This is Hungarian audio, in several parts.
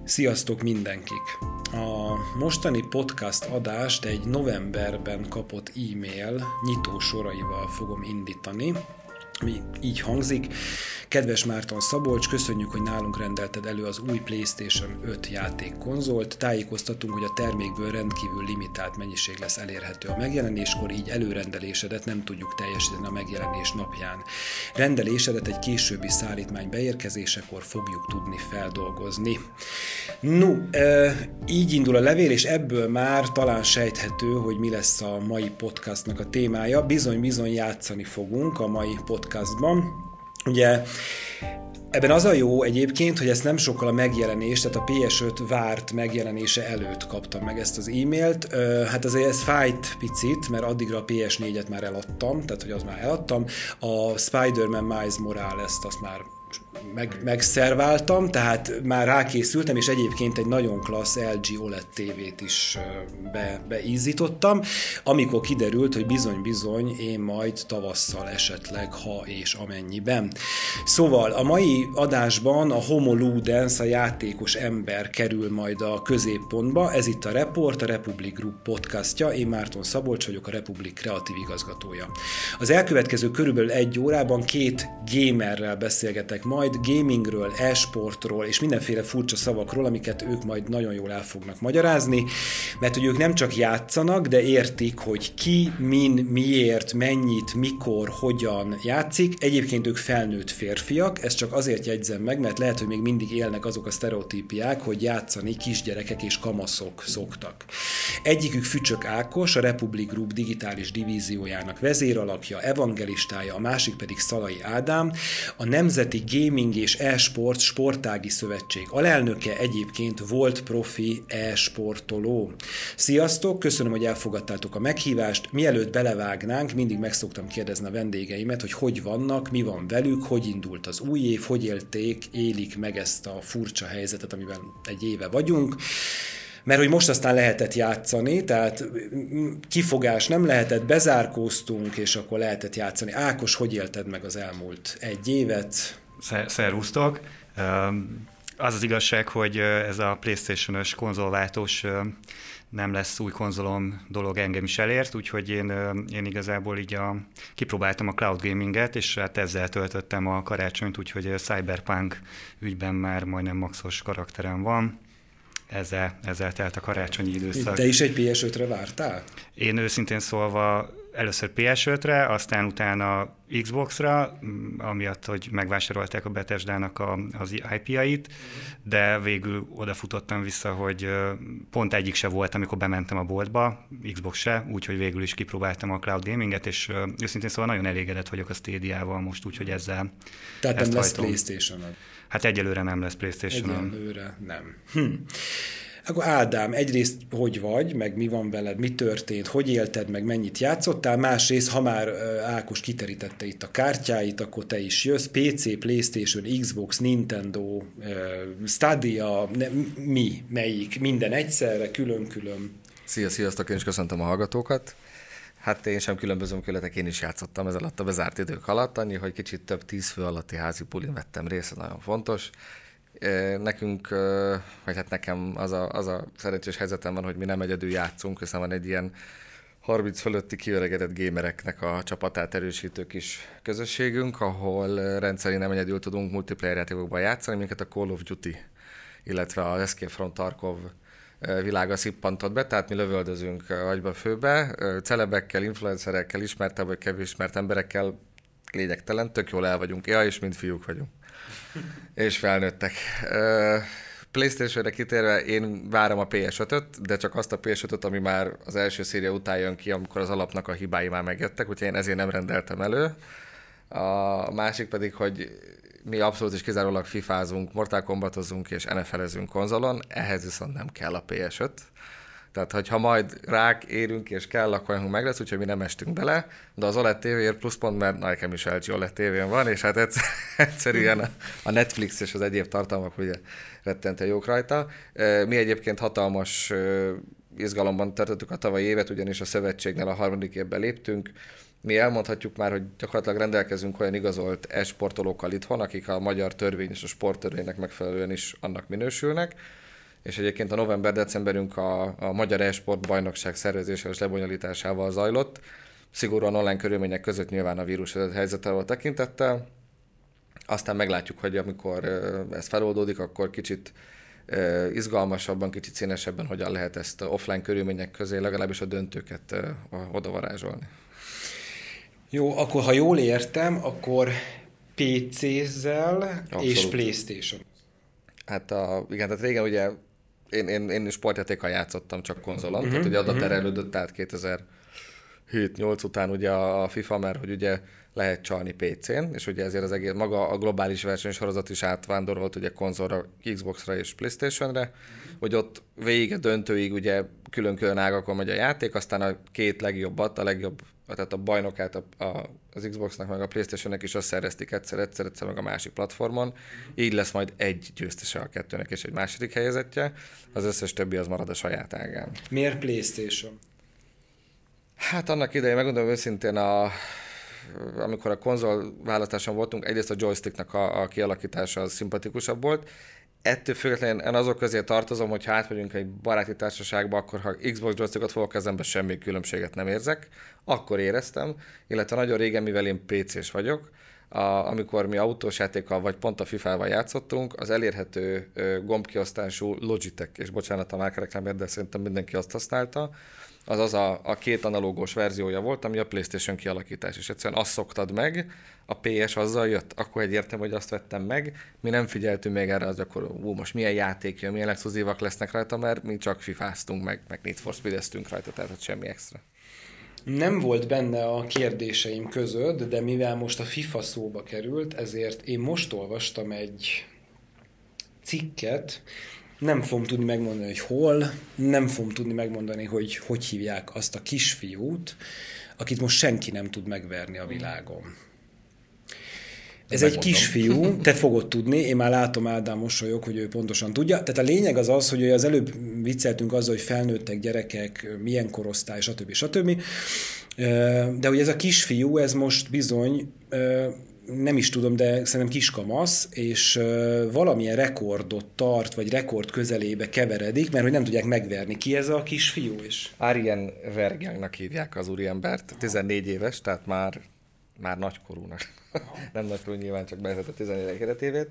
Sziasztok mindenkik! A mostani podcast adást egy novemberben kapott e-mail nyitó soraival fogom indítani, ami így hangzik. Kedves Márton Szabolcs, köszönjük, hogy nálunk rendelted elő az új PlayStation 5 játékkonzolt. Tájékoztatunk, hogy a termékből rendkívül limitált mennyiség lesz elérhető a megjelenéskor, így előrendelésedet nem tudjuk teljesíteni a megjelenés napján. Rendelésedet egy későbbi szállítmány beérkezésekor fogjuk tudni feldolgozni. Így indul a levél, és ebből már talán sejthető, hogy mi lesz a mai podcastnak a témája. Bizony játszani fogunk a mai podcastban. Ugye ebben az a jó egyébként, hogy ezt nem sokkal a megjelenés, tehát a PS5 várt megjelenése előtt kaptam meg ezt az e-mailt. Hát azért ez fájt picit, mert addigra a PS4-et már eladtam, tehát hogy az már eladtam. A Spider-Man Miles Morales-t azt már megszerváltam, tehát már rákészültem, és egyébként egy nagyon klassz LG OLED TV-t is beízítottam, amikor kiderült, hogy bizony én majd tavasszal esetleg, ha és amennyiben. Szóval a mai adásban a Homo Ludens, a játékos ember kerül majd a középpontba. Ez itt a Report, a Republic Group podcastja. Én Márton Szabolcs vagyok, a Republic kreatív igazgatója. Az elkövetkező körülbelül 1 órában 2 gamerrel beszélgetek majd, gamingről, e-sportról és mindenféle furcsa szavakról, amiket ők majd nagyon jól el fognak magyarázni, mert hogy ők nem csak játszanak, de értik, hogy ki, min, miért, mennyit, mikor, hogyan játszik. Egyébként ők felnőtt férfiak, ezt csak azért jegyzem meg, mert lehet, hogy még mindig élnek azok a sztereotípiák, hogy játszani kisgyerekek és kamaszok szoktak. Egyikük Fücsök Ákos, a Republic Group digitális divíziójának vezéralakja, evangelistája, a másik pedig Szalai Ádám, a Nemzeti Gaming és e-sport sportági szövetség alelnöke, egyébként volt profi e-sportoló. Sziasztok, köszönöm, hogy elfogadtátok a meghívást. Mielőtt belevágnánk, mindig meg szoktam kérdezni a vendégeimet, hogy vannak, mi van velük, hogy indult az új év, hogy élik meg ezt a furcsa helyzetet, amiben egy éve vagyunk. Mert hogy most aztán lehetett játszani, tehát kifogás nem lehetett, bezárkóztunk, és akkor lehetett játszani. Ákos, hogy élted meg az elmúlt 1 évet? Szervusztok! Az igazság, hogy ez a PlayStation-ös konzolváltós nem lesz új konzolom dolog, engem is elért, úgyhogy én igazából így kipróbáltam a cloud gaminget, és hát ezzel töltöttem a karácsonyt, úgyhogy Cyberpunk ügyben már majdnem maxos karakterem van. Ezzel telt a karácsonyi időszak. Te is egy PS5-re vártál? Én őszintén szólva először PS5-re, aztán utána Xbox-ra, amiatt, hogy megvásárolták a Bethesdának az IP-jait, de végül odafutottam vissza, hogy pont egyik se volt, amikor bementem a boltba, Xbox se, úgyhogy végül is kipróbáltam a cloud gaminget, és őszintén szóval nagyon elégedett vagyok a Stadia-val most, úgyhogy ezzel. Tehát nem lesz PlayStation-on? Hát egyelőre nem lesz PlayStation-on. Egyelőre nem. Akkor Ádám, egyrészt hogy vagy, meg mi van veled, mi történt, hogy élted, meg mennyit játszottál, másrészt, ha már Ákos kiterítette itt a kártyáit, akkor te is jössz, PC, PlayStation, Xbox, Nintendo, Stadia, melyik, minden egyszerre, külön-külön. Sziasztok, én is köszöntöm a hallgatókat. Hát én sem különbözöm tőletek, én is játszottam ez alatt a bezárt idők alatt, annyi, hogy kicsit több 10 fő alatti házi bulin vettem részt, ez nagyon fontos. Nekünk, vagy hát nekem az a szerencsés helyzetem van, hogy mi nem egyedül játszunk, hiszen van egy ilyen 30 fölötti kiöregedett gamereknek a csapatát erősítő kis közösségünk, ahol rendszerint nem egyedül tudunk multiplayer játékokban játszani, minket a Call of Duty, illetve az Escape from Tarkov világa szippantott be, tehát mi lövöldözünk agyba főbe, celebekkel, influencerekkel, ismertebb vagy kevés ismert emberekkel, lényegtelen, tök jól el vagyunk, és mind fiúk vagyunk. És felnőttek. PlayStation-re kitérve én várom a PS5-öt, de csak azt a PS5-öt, ami már az első széria után jön ki, amikor az alapnak a hibái már megjöttek, úgyhogy én ezért nem rendeltem elő. A másik pedig, hogy mi abszolút is kizárólag fifázunk, Mortal Kombatozunk és NFL-ezünk konzolon, ehhez viszont nem kell a PS5. Tehát, hogyha majd rák érünk és kell, akkor meg lesz, úgyhogy mi nem estünk bele, de az OLED TV-ért pluszpont, mert nekem is LG OLED TV-n van, és hát egyszerűen a Netflix és az egyéb tartalmak ugye rettentően jók rajta. Mi egyébként hatalmas izgalomban tartottuk a tavalyi évet, ugyanis a szövetségnél a 3. évben léptünk. Mi elmondhatjuk már, hogy gyakorlatilag rendelkezünk olyan igazolt e-sportolókkal itthon, akik a magyar törvény és a sporttörvénynek megfelelően is annak minősülnek. és egyébként a november-decemberünk a Magyar E-sport bajnokság szervezésével és lebonyolításával zajlott, szigorúan online körülmények között nyilván a vírus helyzetre tekintettel. Aztán meglátjuk, hogy amikor ez feloldódik, akkor kicsit izgalmasabban, kicsit színesebben hogyan lehet ezt offline körülmények közé legalábbis a döntőket odavarázsolni. Jó, akkor ha jól értem, akkor PC-zzel és PlayStation. Hát igen, tehát régen ugye én sportjátékkal játszottam, csak konzolon, tehát ugye oda terelődött át 2007-8 után ugye a FIFA, mert hogy ugye lehet csalni PC-n, és ugye ezért az egész maga a globális versenysorozat is átvándorolt ugye konzolra, Xboxra és PlayStationre, hogy ott végig a döntőig ugye külön-külön ágakon megy a játék, aztán a két legjobbat, tehát a bajnokát az Xboxnak meg a PlayStationnek is összeeresztik egyszer meg a másik platformon, így lesz majd egy győztese a kettőnek és egy második helyezettje, az összes többi az marad a saját ágán. Miért PlayStation? Hát annak idején, megmondom őszintén, amikor a konzol választáson voltunk, egyrészt a joysticknak a kialakítása az szimpatikusabb volt. Ettől függetlenül én azok közé tartozom, hogy ha átmegyünk egy baráti társaságba, akkor ha Xbox joystickot fogok kezembe, semmi különbséget nem érzek. Akkor éreztem, illetve nagyon régen, mivel én PC-s vagyok, amikor mi autós játékkal vagy pont a FIFA-val játszottunk, az elérhető gombkiosztású Logitech, és bocsánat a márkareklámért, de szerintem mindenki azt használta, az a két analógos verziója volt, ami a PlayStation kialakítás, és egyszerűen azt szoktad meg, a PS azzal jött, akkor egyértelmű, hogy azt vettem meg, mi nem figyeltünk még erre, az akkor most milyen játék jön, milyen exkluzívak lesznek rajta, mert mi csak fifáztunk, meg Need for Speed-eztünk rajta, tehát semmi extra. Nem volt benne a kérdéseim között, de mivel most a FIFA szóba került, ezért én most olvastam egy cikket, nem fogom tudni megmondani, hogy hol, nem fogom tudni megmondani, hogy hívják azt a kisfiút, akit most senki nem tud megverni a világon. Ez egy kisfiú, te fogod tudni, én már látom, Ádám mosolyog, hogy ő pontosan tudja. Tehát a lényeg az, hogy az előbb vicceltünk azzal, hogy felnőttek gyerekek, milyen korosztály, stb. De hogy ez a kisfiú, ez most bizony, nem is tudom, de szerintem kiskamasz, és valamilyen rekordot tart, vagy rekord közelébe keveredik, mert hogy nem tudják megverni. Ki ez a kisfiú is? Arjen Vergyángnak hívják az úriembert, 14 éves, tehát már nagykorúnak. Nem nagykorú, nyilván csak bevezett a 14 keretévét.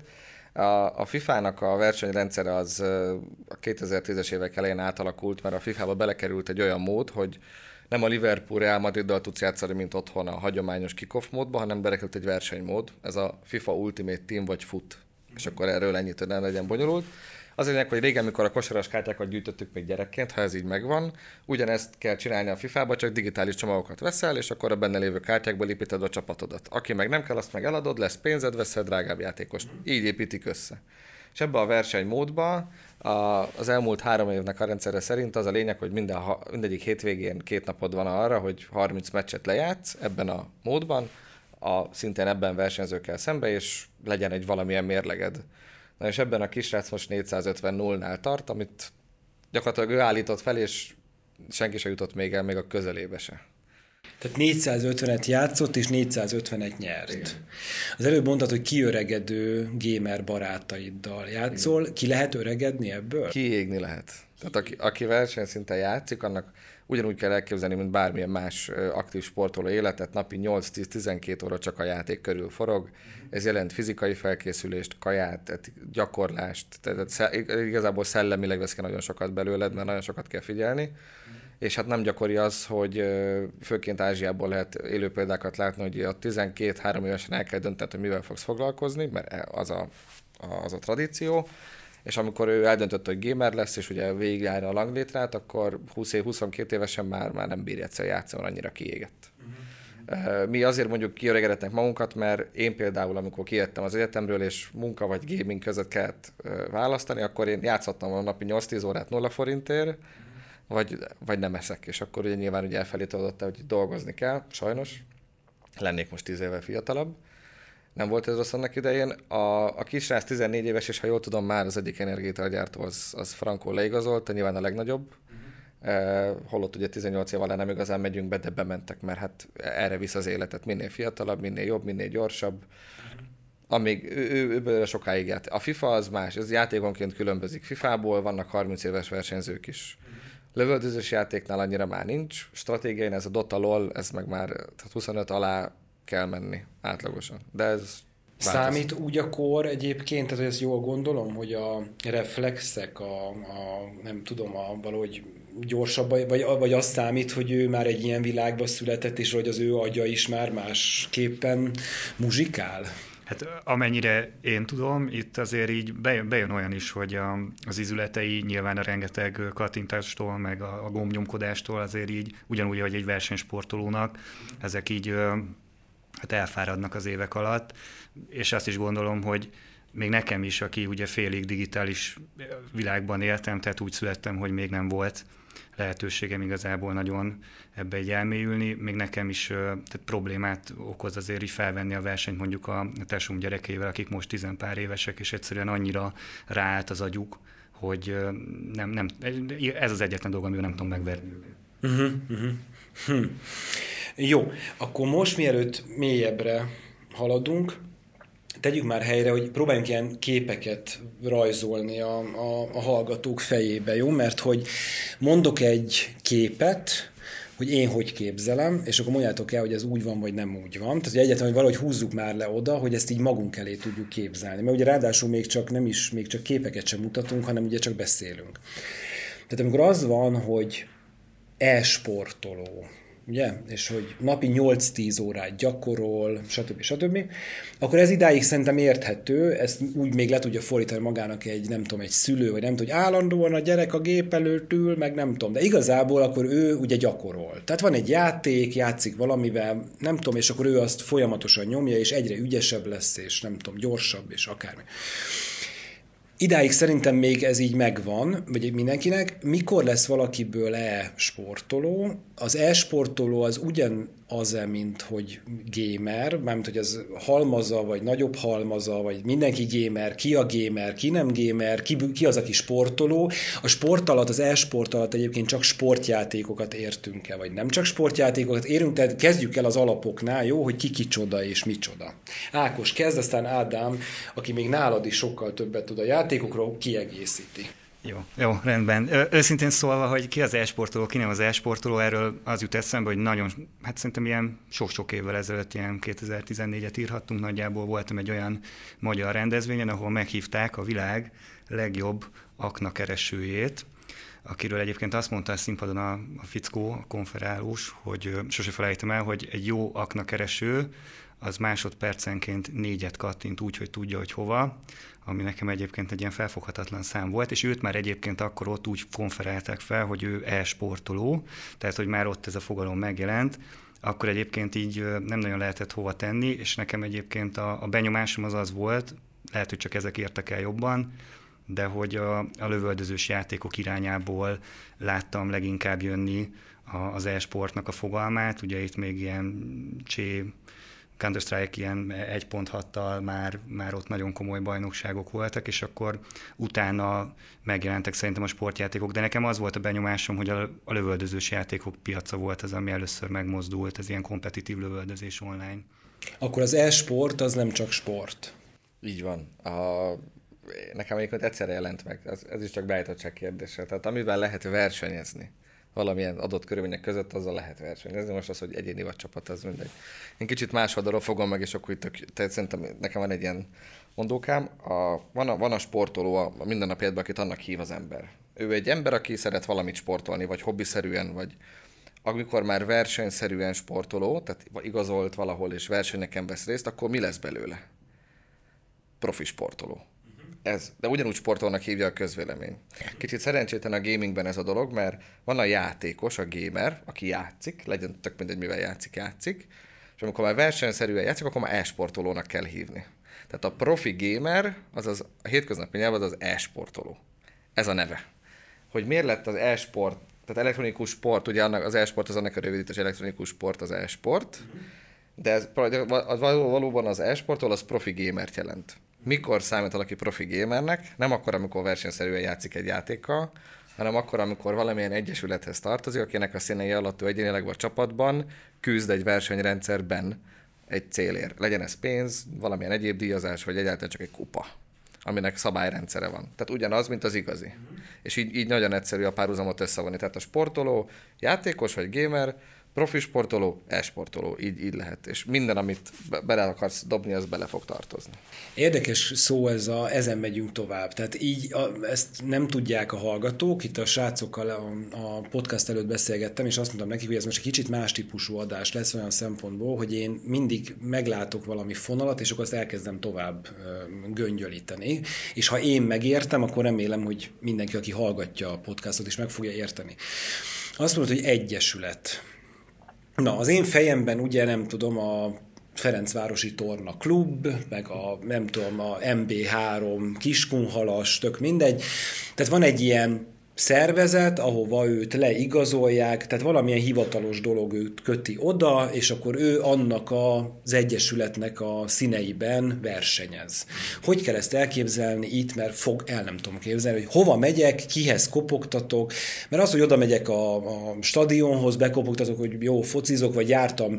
A FIFA-nak a versenyrendszere az a 2010-es évek elején átalakult, mert a FIFA-ba belekerült egy olyan mód, hogy nem a Liverpool Real Madriddal tudsz játszani, mint otthon a hagyományos kick-off módba, hanem belekerült egy versenymód, ez a FIFA Ultimate Team vagy FUT. És akkor erről ennyit, hogy nem legyen bonyolult. Az lényeg, hogy régen, amikor a kosaras kártyákat gyűjtöttük még gyerekként, ha ez így megvan, ugyanezt kell csinálni a FIFA-ba, csak digitális csomagokat veszel, és akkor a benne lévő kártyákból építed a csapatodat. Aki meg nem kell, azt meg eladod, lesz pénzed, veszel drágább játékost. Így építik össze. És ebbe a versenymódba az elmúlt 3 évnek a rendszere szerint az a lényeg, hogy mindegyik hétvégén 2 napod van arra, hogy 30 meccset lejátsz ebben a módban, szintén ebben versenyzőkkel szembe, és legyen egy valamilyen mérleged. Na és ebben a kisrác most 450-0-nál tart, amit gyakorlatilag ő állított fel, és senki se jutott még el, még a közelébe se. Tehát 450-et játszott, és 450-et nyert. Igen. Az előbb mondtad, hogy kiöregedő gamer barátaiddal játszol. Igen. Ki lehet öregedni ebből? Kiégni lehet. Tehát aki versenyszinten játszik, annak ugyanúgy kell elképzelni, mint bármilyen más aktív sportoló életet, napi 8-10-12 óra csak a játék körül forog. Ez jelent fizikai felkészülést, kaját, gyakorlást, tehát igazából szellemileg vesz ki nagyon sokat belőled, mert nagyon sokat kell figyelni. És hát nem gyakori az, hogy főként Ázsiából lehet élő példákat látni, hogy a 12-3 évesen el kell dönteni, hogy mivel fogsz foglalkozni, mert az a tradíció. És amikor ő eldöntötte, hogy gamer lesz, és ugye végigjárja a langlétrát, akkor 20-22 évesen már nem bírja egyszer játszani, mert annyira kiégett. Mi azért mondjuk kiöregedetnek magunkat, mert én például, amikor kijöttem az egyetemről, és munka vagy gaming között kellett választani, akkor én játszottam a napi 8-10 órát 0 forintért, vagy nem eszek, és akkor ugye nyilván ugye elfelé tudott, hogy dolgozni kell, sajnos. Lennék most 10 évvel fiatalabb. Nem volt ez rossz annak idején. A kisrác 14 éves, és ha jól tudom, már az egyik energiaitalgyártó az Franco leigazolta, nyilván a legnagyobb. Holott ugye 18 év alá nem igazán megyünk be, de bementek, mert hát erre visz az életet. Minél fiatalabb, minél jobb, minél gyorsabb. amíg ő sokáig játszik. A FIFA az más, ez játékonként különbözik. FIFA-ból vannak 30 éves versenyzők is. Lövöldözős játéknál annyira már nincs. Stratégiai, ez a Dota LOL, ez meg már 25 alá kell menni átlagosan. De ez számít úgy akkor egyébként, tehát hogy ezt jól gondolom, hogy a reflexek, nem tudom, valahogy gyorsabb, vagy az számít, hogy ő már egy ilyen világba született, és hogy az ő agya is már másképpen muzsikál? Hát amennyire én tudom, itt azért így bejön olyan is, hogy az izületei nyilván a rengeteg kattintástól, meg a gombnyomkodástól azért így, ugyanúgy, hogy egy versenysportolónak, ezek így hát elfáradnak az évek alatt, és azt is gondolom, hogy még nekem is, aki ugye félig digitális világban éltem, tehát úgy születtem, hogy még nem volt lehetőségem igazából nagyon ebbe egy elmélyülni, még nekem is tehát problémát okoz azért így felvenni a versenyt mondjuk a tesóm gyerekével, akik most 10 pár évesek, és egyszerűen annyira ráállt az agyuk, hogy nem, ez az egyetlen dolog, amivel nem tudom megverni. Jó, akkor most mielőtt mélyebbre haladunk, tegyük már helyre, hogy próbáljunk ilyen képeket rajzolni a hallgatók fejébe, jó? Mert hogy mondok egy képet, hogy én hogy képzelem, és akkor mondjátok el, hogy ez úgy van, vagy nem úgy van. Tehát hogy egyáltalán, hogy valahogy húzzuk már le oda, hogy ezt így magunk elé tudjuk képzelni. Mert ugye ráadásul még csak képeket sem mutatunk, hanem ugye csak beszélünk. Tehát amikor az van, hogy e-sportoló, ugye? És hogy napi 8-10 órát gyakorol, stb. Akkor ez idáig szerintem érthető, ezt úgy még le tudja fordítani magának egy szülő, vagy nem tudom, hogy állandóan a gyerek a gép előtt ül, meg nem tudom, de igazából akkor ő ugye gyakorol. Tehát van egy játék, játszik valamivel, nem tudom, és akkor ő azt folyamatosan nyomja, és egyre ügyesebb lesz, és nem tudom, gyorsabb, és akármi. Idáig szerintem még ez így megvan, vagy mindenkinek. Mikor lesz valakiből e-sportoló? Az e-sportoló az ugyanaz-e, mint hogy gamer, mármint hogy az halmaza, vagy nagyobb halmaza, vagy mindenki gamer, ki nem gamer, ki az, aki sportoló. A sport alatt, az e-sport alatt egyébként csak sportjátékokat értünk el, vagy nem csak sportjátékokat érünk, tehát kezdjük el az alapoknál, jó, hogy ki kicsoda és micsoda. Ákos kezd, aztán Ádám, aki még nálad is sokkal többet tud a játékokról, kiegészíti. Jó, rendben. Őszintén szólva, hogy ki az e-sportoló, ki nem az e-sportoló, erről az jut eszembe, hogy nagyon, hát szerintem ilyen sok-sok évvel ezelőtt, ilyen 2014-et írhattunk, nagyjából voltam egy olyan magyar rendezvényen, ahol meghívták a világ legjobb aknakeresőjét, akiről egyébként azt mondta a színpadon a fickó, a konferálós, hogy sose felejtem el, hogy egy jó aknakereső az másodpercenként 4 kattint úgy, hogy tudja, hogy hova, ami nekem egyébként egy ilyen felfoghatatlan szám volt, és őt már egyébként akkor ott úgy konferálták fel, hogy ő e-sportoló, tehát hogy már ott ez a fogalom megjelent, akkor egyébként így nem nagyon lehetett hova tenni, és nekem egyébként a benyomásom az volt, lehet, hogy csak ezek értek el jobban, de hogy a lövöldözős játékok irányából láttam leginkább jönni az e-sportnak a fogalmát, ugye itt még ilyen Counter-Strike ilyen 1.6-tal már ott nagyon komoly bajnokságok voltak, és akkor utána megjelentek szerintem a sportjátékok, de nekem az volt a benyomásom, hogy a lövöldözős játékok piaca volt az, ami először megmozdult, ez ilyen kompetitív lövöldözés online. Akkor az e-sport az nem csak sport. Így van. Nekem egyébként egyszerre jelent meg, ez is csak beállítottság kérdése. Tehát amivel lehet versenyezni, valamilyen adott körülmények között, azzal lehet versenyezni. Most az, hogy egyéni vagy csapat, az mindegy. Én kicsit más oldalról fogom meg, és akkor tehát szerintem nekem van egy ilyen mondókám. Van a sportoló a mindennapjában, akit annak hív az ember. Ő egy ember, aki szeret valamit sportolni, vagy hobbiszerűen, vagy amikor már versenyszerűen sportoló, tehát igazolt valahol és versenyeken vesz részt, akkor mi lesz belőle? Profi sportoló. De ugyanúgy sportolónak hívja a közvélemény. Kicsit szerencsétlen a gamingben ez a dolog, mert van a játékos, a gamer, aki játszik, legyen tök mindegy, mivel játszik, és amikor már versenyszerűen játszik, akkor már e-sportolónak kell hívni. Tehát a profi gamer, azaz a hétköznapi nyelv az e-sportoló. Ez a neve. Hogy miért lett az e-sport, tehát elektronikus sport, ugye az e-sport az annak a rövidítés, elektronikus sport az e-sport, de ez valóban az e-sportol, az profi gamert jelent. Mikor számít valaki profi gamernek? Nem akkor, amikor versenyszerűen játszik egy játékkal, hanem akkor, amikor valamilyen egyesülethez tartozik, akinek a színei alatt ő egyénileg vagy csapatban küzd egy versenyrendszerben egy célért. Legyen ez pénz, valamilyen egyéb díjazás, vagy egyáltalán csak egy kupa, aminek szabályrendszere van. Tehát ugyanaz, mint az igazi. És így nagyon egyszerű a párhuzamot összevonni. Tehát a sportoló, játékos vagy gamer, profi sportoló, e-sportoló, így lehet. És minden, amit bele akarsz dobni, az bele fog tartozni. Érdekes szó ezen megyünk tovább. Tehát így ezt nem tudják a hallgatók. Itt a srácokkal a podcast előtt beszélgettem, és azt mondtam nekik, hogy ez most egy kicsit más típusú adás lesz olyan szempontból, hogy én mindig meglátok valami fonalat, és akkor azt elkezdem tovább göngyölíteni. És ha én megértem, akkor remélem, hogy mindenki, aki hallgatja a podcastot, is meg fogja érteni. Azt mondod, hogy egyesület. Na, az én fejemben ugye nem tudom, a Ferencvárosi Torna Klub, meg a MB3 Kiskunhalas, tök mindegy. Tehát van egy ilyen szervezet, ahova őt leigazolják, tehát valamilyen hivatalos dolog őt köti oda, és akkor ő annak az egyesületnek a színeiben versenyez. Hogy kell ezt elképzelni itt, mert el nem tudom képzelni, hogy hova megyek, kihez kopogtatok, mert az, hogy oda megyek a stadionhoz, bekopogtatok, hogy jó, focizok, vagy jártam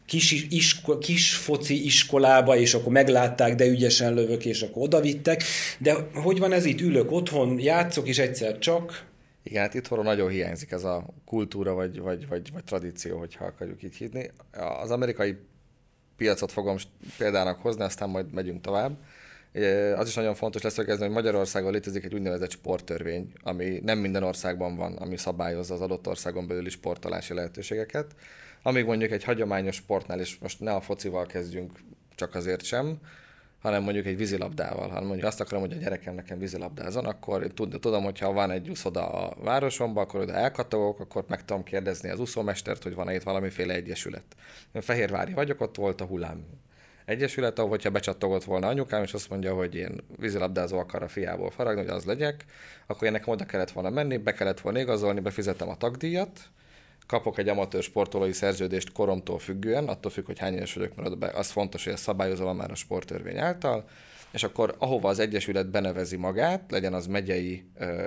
kis foci iskolába, és akkor meglátták, de ügyesen lövök, és akkor odavittek. De hogy van ez itt? Ülök otthon, játszok, és egyszer csak... Igen, hát itthonról nagyon hiányzik ez a kultúra, vagy tradíció, hogyha akarjuk így hívni. Az amerikai piacot fogom példának hozni, aztán majd megyünk tovább. Az is nagyon fontos leszögezni, hogy Magyarországon létezik egy úgynevezett sporttörvény, ami nem minden országban van, ami szabályozza az adott országon belüli sportolási lehetőségeket. Amíg mondjuk egy hagyományos sportnál, és most ne a focival kezdjünk, csak azért sem, hanem mondjuk egy vízilabdával. Ha mondjuk azt akarom, hogy a gyerekem nekem vízilabdázon, akkor tudom, hogyha van egy úszoda a városomban, akkor oda elkattogok, akkor meg tudom kérdezni az úszómestert, hogy van-e itt valamiféle egyesület. Én Fehérvári vagyok, ott volt a Hullám egyesület, ahol hogyha becsattogott volna anyukám, és azt mondja, hogy én vízilabdázó akar a fiából faragni, hogy az legyek, akkor én nekem oda kellett volna menni, be kellett volna igazolni, befizettem a tagdíjat, kapok egy amatőr sportolói szerződést koromtól függően, attól függ, hogy hány éves vagyok, mert az fontos, hogy ez szabályozva van már a sporttörvény által, és akkor ahova az egyesület benevezi magát, legyen az megyei,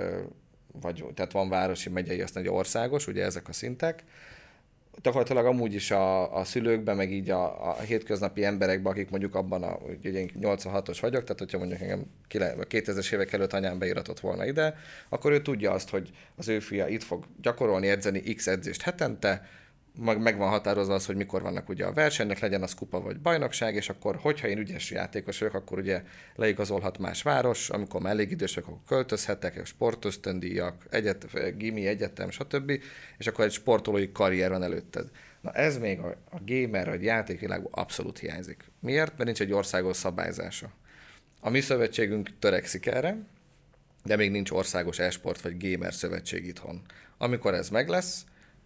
tehát van városi, megyei, aztán egy országos, ugye ezek a szintek, gyakorlatilag amúgy is a szülőkben, meg így a hétköznapi emberekben, akik mondjuk abban ugye én 86-os vagyok, tehát hogyha mondjuk engem 2000-es évek előtt anyám beíratott volna ide, akkor ő tudja azt, hogy az ő fia itt fog gyakorolni, edzeni X edzést hetente, meg van határozva az, hogy mikor vannak ugye a versenynek, legyen az kupa vagy bajnokság, és akkor, hogyha én ügyes játékos vagyok, akkor ugye leigazolhat más város, amikor már elég idős vagyok, akkor költözhetek, sportösztöndíjak, gimi, egyetem, stb. És akkor egy sportolói karrier van előtted. Na ez még a gamer vagy játékvilágban abszolút hiányzik. Miért? Mert nincs egy országos szabályzása. A mi szövetségünk törekszik erre, de még nincs országos e-sport vagy gamer szövetség itthon. Amikor ez meg lesz,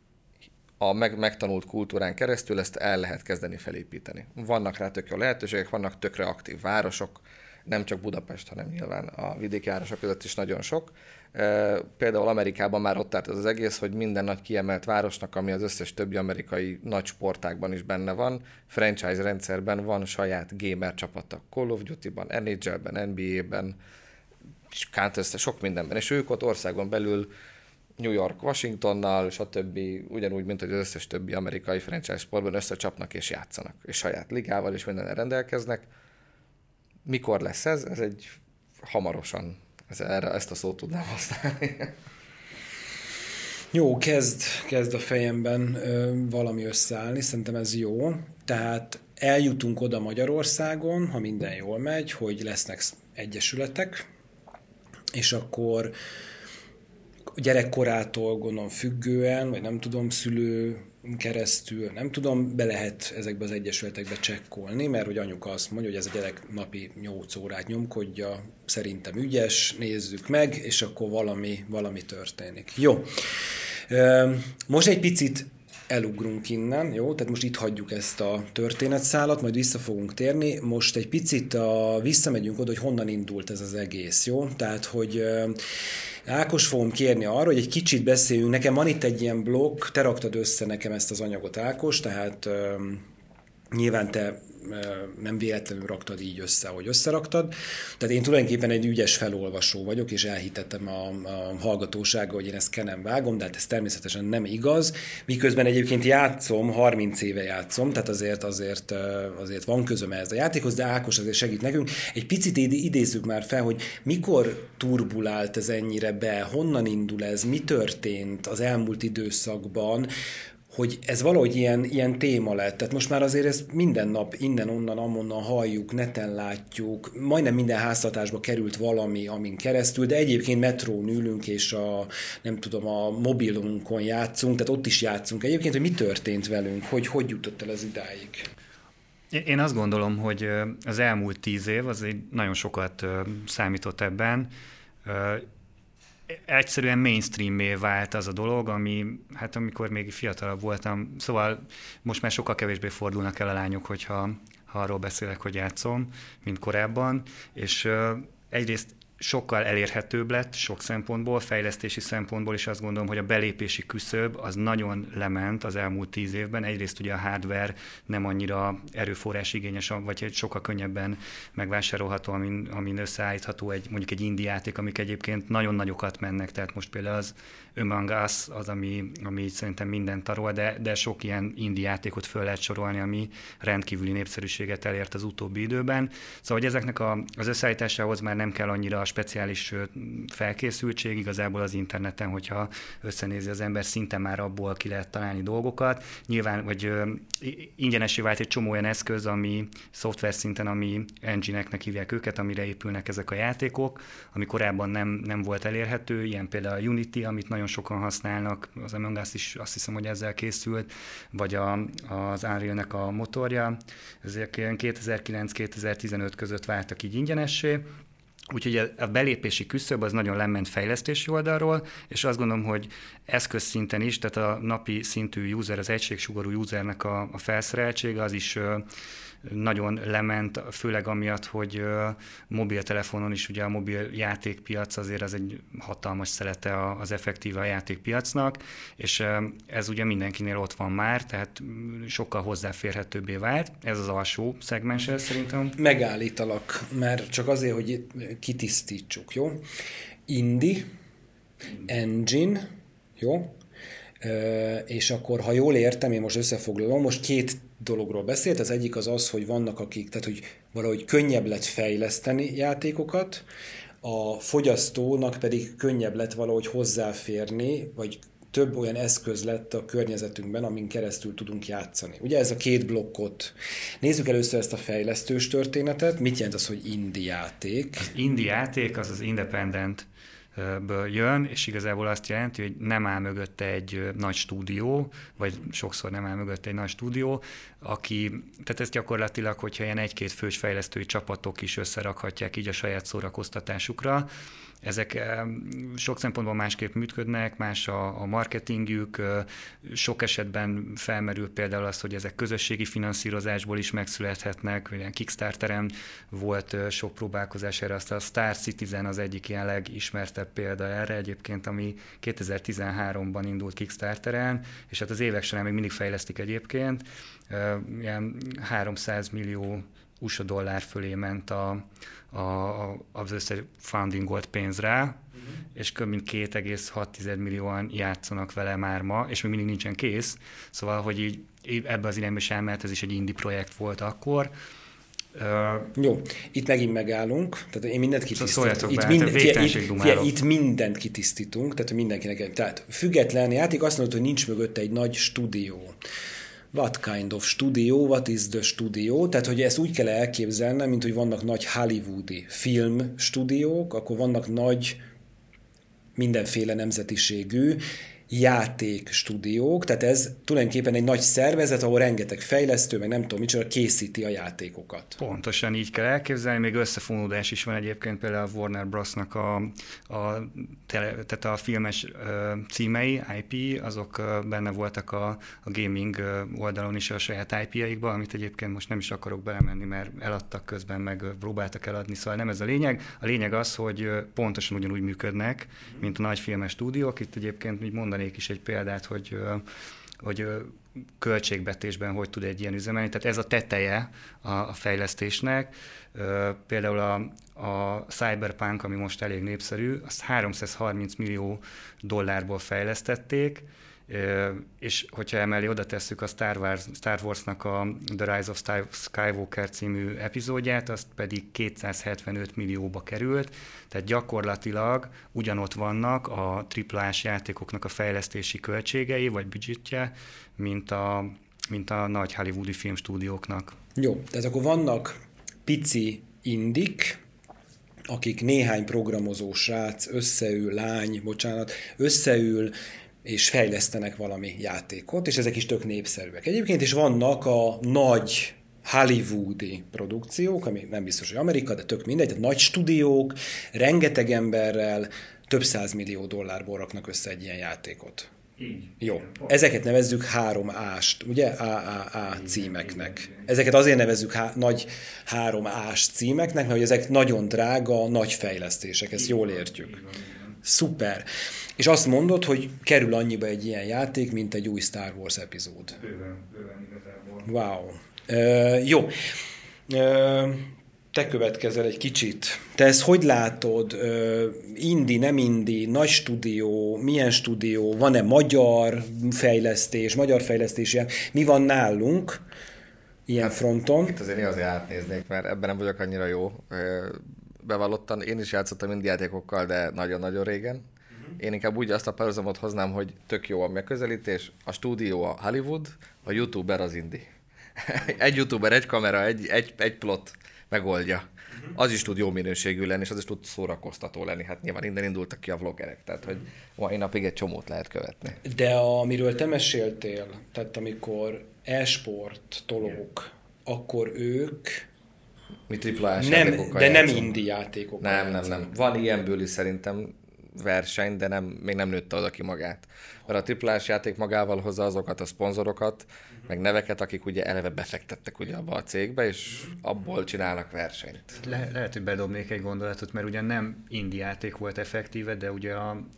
a megtanult kultúrán keresztül ezt el lehet kezdeni felépíteni. Vannak rá tök jó lehetőségek, vannak tökre aktív városok, nem csak Budapest, hanem nyilván a vidéki városok között is nagyon sok. Például Amerikában már ott állt az egész, hogy minden nagy kiemelt városnak, ami az összes többi amerikai nagy sportágban is benne van, franchise rendszerben van saját gamer csapata. Call of Duty-ban, NHL-ben, NBA-ben, sok mindenben. És ők ott országon belül New York, Washingtonnal, stb. Ugyanúgy, mint hogy az összes többi amerikai franchise sportban összecsapnak és játszanak. És saját ligával és mindennel rendelkeznek. Mikor lesz ez? Ez egy hamarosan. Ezt a szót tudnám használni. Jó, kezd a fejemben valami összeállni, szerintem ez jó. Tehát eljutunk oda Magyarországon, ha minden jól megy, hogy lesznek egyesületek, és akkor gyerekkorától gondolom függően, vagy nem tudom, szülő keresztül, nem tudom, be lehet ezekbe az egyesületekbe csekkolni, mert hogy anyuka azt mondja, hogy ez a gyerek napi 8 órát nyomkodja, szerintem ügyes, nézzük meg, és akkor valami történik. Jó. Most egy picit elugrunk innen, jó? Tehát most itt hagyjuk ezt a történetszálat, majd vissza fogunk térni. Most egy picit visszamegyünk oda, hogy honnan indult ez az egész, jó? Tehát, hogy Ákos fogom kérni arra, hogy egy kicsit beszéljünk. Nekem van itt egy ilyen blokk, te raktad össze nekem ezt az anyagot, Ákos, tehát nyilván te nem véletlenül raktad így össze, ahogy összeraktad. Tehát én tulajdonképpen egy ügyes felolvasó vagyok, és elhitettem a hallgatósággal, hogy én ezt kenem vágom, de hát ez természetesen nem igaz. Miközben egyébként játszom, 30 éve játszom, tehát azért van közöm ehhez a játékhoz, de Ákos azért segít nekünk. Egy picit idézzük már fel, hogy mikor turbulált ez ennyire be, honnan indul ez, mi történt az elmúlt időszakban, hogy ez valahogy ilyen téma lett. Tehát most már azért ezt minden nap innen-onnan, amonnan halljuk, neten látjuk, majdnem minden háztartásba került valami, amin keresztül, de egyébként metrón ülünk, és a mobilunkon játszunk, tehát ott is játszunk. Egyébként, hogy mi történt velünk, hogy jutott el ez idáig? Én azt gondolom, hogy az elmúlt 10 év az nagyon sokat számított ebben. Egyszerűen mainstream-mé vált az a dolog, ami, hát amikor még fiatalabb voltam, szóval most már sokkal kevésbé fordulnak el a lányok, ha arról beszélek, hogy játszom, mint korábban, és egyrészt sokkal elérhetőbb lett sok szempontból, fejlesztési szempontból, és azt gondolom, hogy a belépési küszöb az nagyon lement az elmúlt 10 évben. Egyrészt ugye a hardware nem annyira erőforrás igényes, vagy sokkal könnyebben megvásárolható, amin összeállítható mondjuk egy indie játék, amik egyébként nagyon nagyokat mennek, tehát most például az Among Us az, ami szerintem mindent tarol, de sok ilyen indie játékot föl lehet sorolni, ami rendkívüli népszerűséget elért az utóbbi időben. Szóval, hogy ezeknek az összeállításához már nem kell annyira speciális felkészültség, igazából az interneten, hogyha összenézi az ember, szinte már abból ki lehet találni dolgokat. Nyilván, vagy ingyenesé vált egy csomó olyan eszköz, ami szoftver szinten, ami engine-eknek hívják őket, amire épülnek ezek a játékok, ami korábban nem volt elérhető, ilyen például a Unity, amit nagyon sokan használnak, az Among Us is azt hiszem, hogy ezzel készült, vagy az Unreal-nek a motorja. Ezek 2009-2015 között váltak így ingyenessé. Úgyhogy a belépési küszöb az nagyon lement fejlesztési oldalról, és azt gondolom, hogy eszközszinten is, tehát a napi szintű user, az egységsugarú usernek a felszereltsége az is nagyon lement, főleg amiatt, hogy mobiltelefonon is ugye a mobil játékpiac azért az egy hatalmas szelete az effektíve a játékpiacnak, és ez ugye mindenkinél ott van már, tehát sokkal hozzáférhetőbbé vált. Ez az alsó szegmens szerintem. Megállítalak, mert csak azért, hogy kitisztítsuk, jó? Indie, engine, jó? És akkor, ha jól értem, én most összefoglalom, most két dologról beszélt, az egyik az, hogy vannak akik, tehát hogy valahogy könnyebb lett fejleszteni játékokat, a fogyasztónak pedig könnyebb lett valahogy hozzáférni, vagy több olyan eszköz lett a környezetünkben, amin keresztül tudunk játszani. Ugye ez a két blokkot. Nézzük először ezt a fejlesztős történetet. Mit jelent az, hogy indie játék? Az indie játék az independent ből jön, és igazából azt jelenti, hogy nem áll mögötte egy nagy stúdió, vagy sokszor nem áll mögötte egy nagy stúdió, tehát ez gyakorlatilag, hogyha ilyen egy-két fős fejlesztői csapatok is összerakhatják így a saját szórakoztatásukra. Ezek sok szempontból másképp működnek, más a marketingjük, sok esetben felmerül például az, hogy ezek közösségi finanszírozásból is megszülethetnek, ilyen Kickstarteren volt sok próbálkozás erre, azt a Star Citizen az egyik ilyen legismertebb példa erre egyébként, ami 2013-ban indult Kickstarteren, és hát az évek során még mindig fejlesztik egyébként, ilyen 300 millió USA dollár fölé ment az összefundingolt pénz rá, és kb. 2,6 millióan játszanak vele már ma, és még mindig nincsen kész. Szóval, hogy így ebbe az irányba is elmehet, ez is egy indie projekt volt akkor. Jó, itt megint megállunk, tehát én mindent kitisztítunk. Itt mindent kitisztítunk, tehát mindenkinek. Tehát független játék, azt mondod, hogy nincs mögötte egy nagy stúdió. What kind of studio, what is the studio? Tehát, hogy ezt úgy kell elképzelnem, mint hogy vannak nagy hollywoodi filmstúdiók, akkor vannak nagy mindenféle nemzetiségű játékstúdiók, tehát ez tulajdonképpen egy nagy szervezet, ahol rengeteg fejlesztő, meg nem tudom micsoda, készíti a játékokat. Pontosan így kell elképzelni, még összefonódás is van egyébként, például a Warner Bros.-nak tehát a filmes címei, IP, azok benne voltak a gaming oldalon is a saját IP-jaikban, amit egyébként most nem is akarok belemenni, mert eladtak közben, meg próbáltak eladni, szóval nem ez a lényeg. A lényeg az, hogy pontosan ugyanúgy működnek, mint a nagy filmes stúdiók. Itt egyébként így mondanék is egy példát, hogy költségvetésben hogy tud egy ilyen üzemelni. Tehát ez a teteje a fejlesztésnek. Például a Cyberpunk, ami most elég népszerű, azt 330 millió dollárból fejlesztették, és hogyha emellé oda tesszük a Star Wars-nak a The Rise of Skywalker című epizódját, azt pedig 275 millióba került, tehát gyakorlatilag ugyanott vannak a AAA-s játékoknak a fejlesztési költségei, vagy budgetje, mint a nagy hollywoodi filmstúdióknak. Jó, tehát akkor vannak pici indik, akik néhány programozó srác összeül, és fejlesztenek valami játékot, és ezek is tök népszerűek. Egyébként is vannak a nagy hollywoodi produkciók, ami nem biztos, hogy Amerika, de tök mindegy, tehát nagy stúdiók, rengeteg emberrel, több 100 millió dollárból raknak össze egy ilyen játékot. Így. Jó. Ezeket nevezzük 3A-st, ugye? AAA címeknek. Ezeket azért nevezzük nagy 3A-s címeknek, mert hogy ezek nagyon drága, nagy fejlesztések, ezt jól értjük. Szuper. És azt mondod, hogy kerül annyiba egy ilyen játék, mint egy új Star Wars epizód. Bőven igazából. Wow. Jó. Te következel egy kicsit. Te ezt hogy látod? Indi, nem indi, nagy stúdió, milyen stúdió? Van-e magyar fejlesztés ilyen? Mi van nálunk ilyen fronton? Itt azért én azért átnéznék, mert ebben nem vagyok annyira jó. Bevallottan, én is játszottam indie játékokkal, de nagyon-nagyon régen. Én inkább úgy azt a párhuzamot hoznám, hogy tök jó a megközelítés, a stúdió a Hollywood, a youtuber az indie. Egy youtuber, egy kamera, egy plot megoldja. Az is tud jó minőségű lenni, és az is tud szórakoztató lenni. Hát nyilván innen indultak ki a vloggerek, tehát hogy mai napig egy csomót lehet követni. De amiről te meséltél, tehát amikor e-sport tolók, akkor ők mi triplás játékokkal de nem indie játékokkal nem. Van ilyenből is szerintem verseny, de még nem nőtte oda ki magát. Mert a triplás játék magával hozza azokat a szponzorokat, meg neveket, akik ugye eleve befektettek ugye abba a cégbe, és abból csinálnak versenyt. Lehet, hogy bedobnék egy gondolatot, mert ugye nem indie játék volt effektíve, de ugye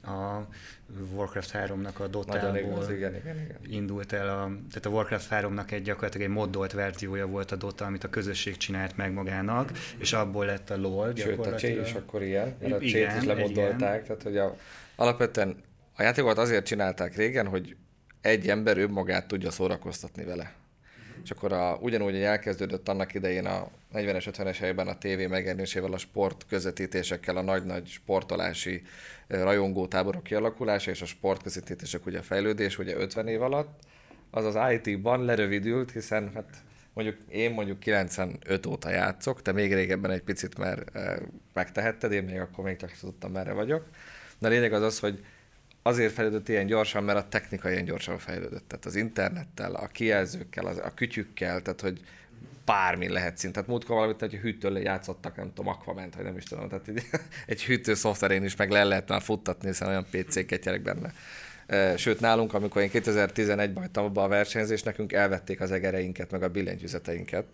a Warcraft 3-nak a Dotából igen. indult el, tehát a Warcraft 3-nak gyakorlatilag egy moddolt verziója volt a Dota, amit a közösség csinált meg magának, és abból lett a LoL gyakorlatilag. Sőt, a Csé is akkor ilyen, mert a Csét is lemoddolták, tehát hogy alapvetően a játékokat azért csinálták régen, hogy egy ember önmagát tudja szórakoztatni vele. És akkor ugyanúgy elkezdődött annak idején a 40-es, 50-es évben a tévé megjelenésével a sport közvetítésekkel, a nagy-nagy sportolási rajongótáborok kialakulása, és a sportközvetítések ugye a fejlődés ugye 50 év alatt, az az IT-ban lerövidült, hiszen hát mondjuk 95 óta játszok, te még régebben egy picit már megtehetted, én még akkor még csak tudtam, merre vagyok. De a lényeg az, hogy azért fejlődött ilyen gyorsan, mert a technika ilyen gyorsan fejlődött. Tehát az internettel, a kijelzőkkel, a kütyükkel, tehát hogy bármi lehet szint. Tehát múltkor valamit, hogy hűtőn játszottak, nem tudom, Aquament, vagy nem is tudom. Tehát egy hűtő szoftverén is meg lehet már futtatni, hiszen olyan PC-ket gyerek benne. Sőt, nálunk, amikor én 2011-ben hagytam abba a versenyzést, nekünk elvették az egereinket, meg a billentyűzeteinket,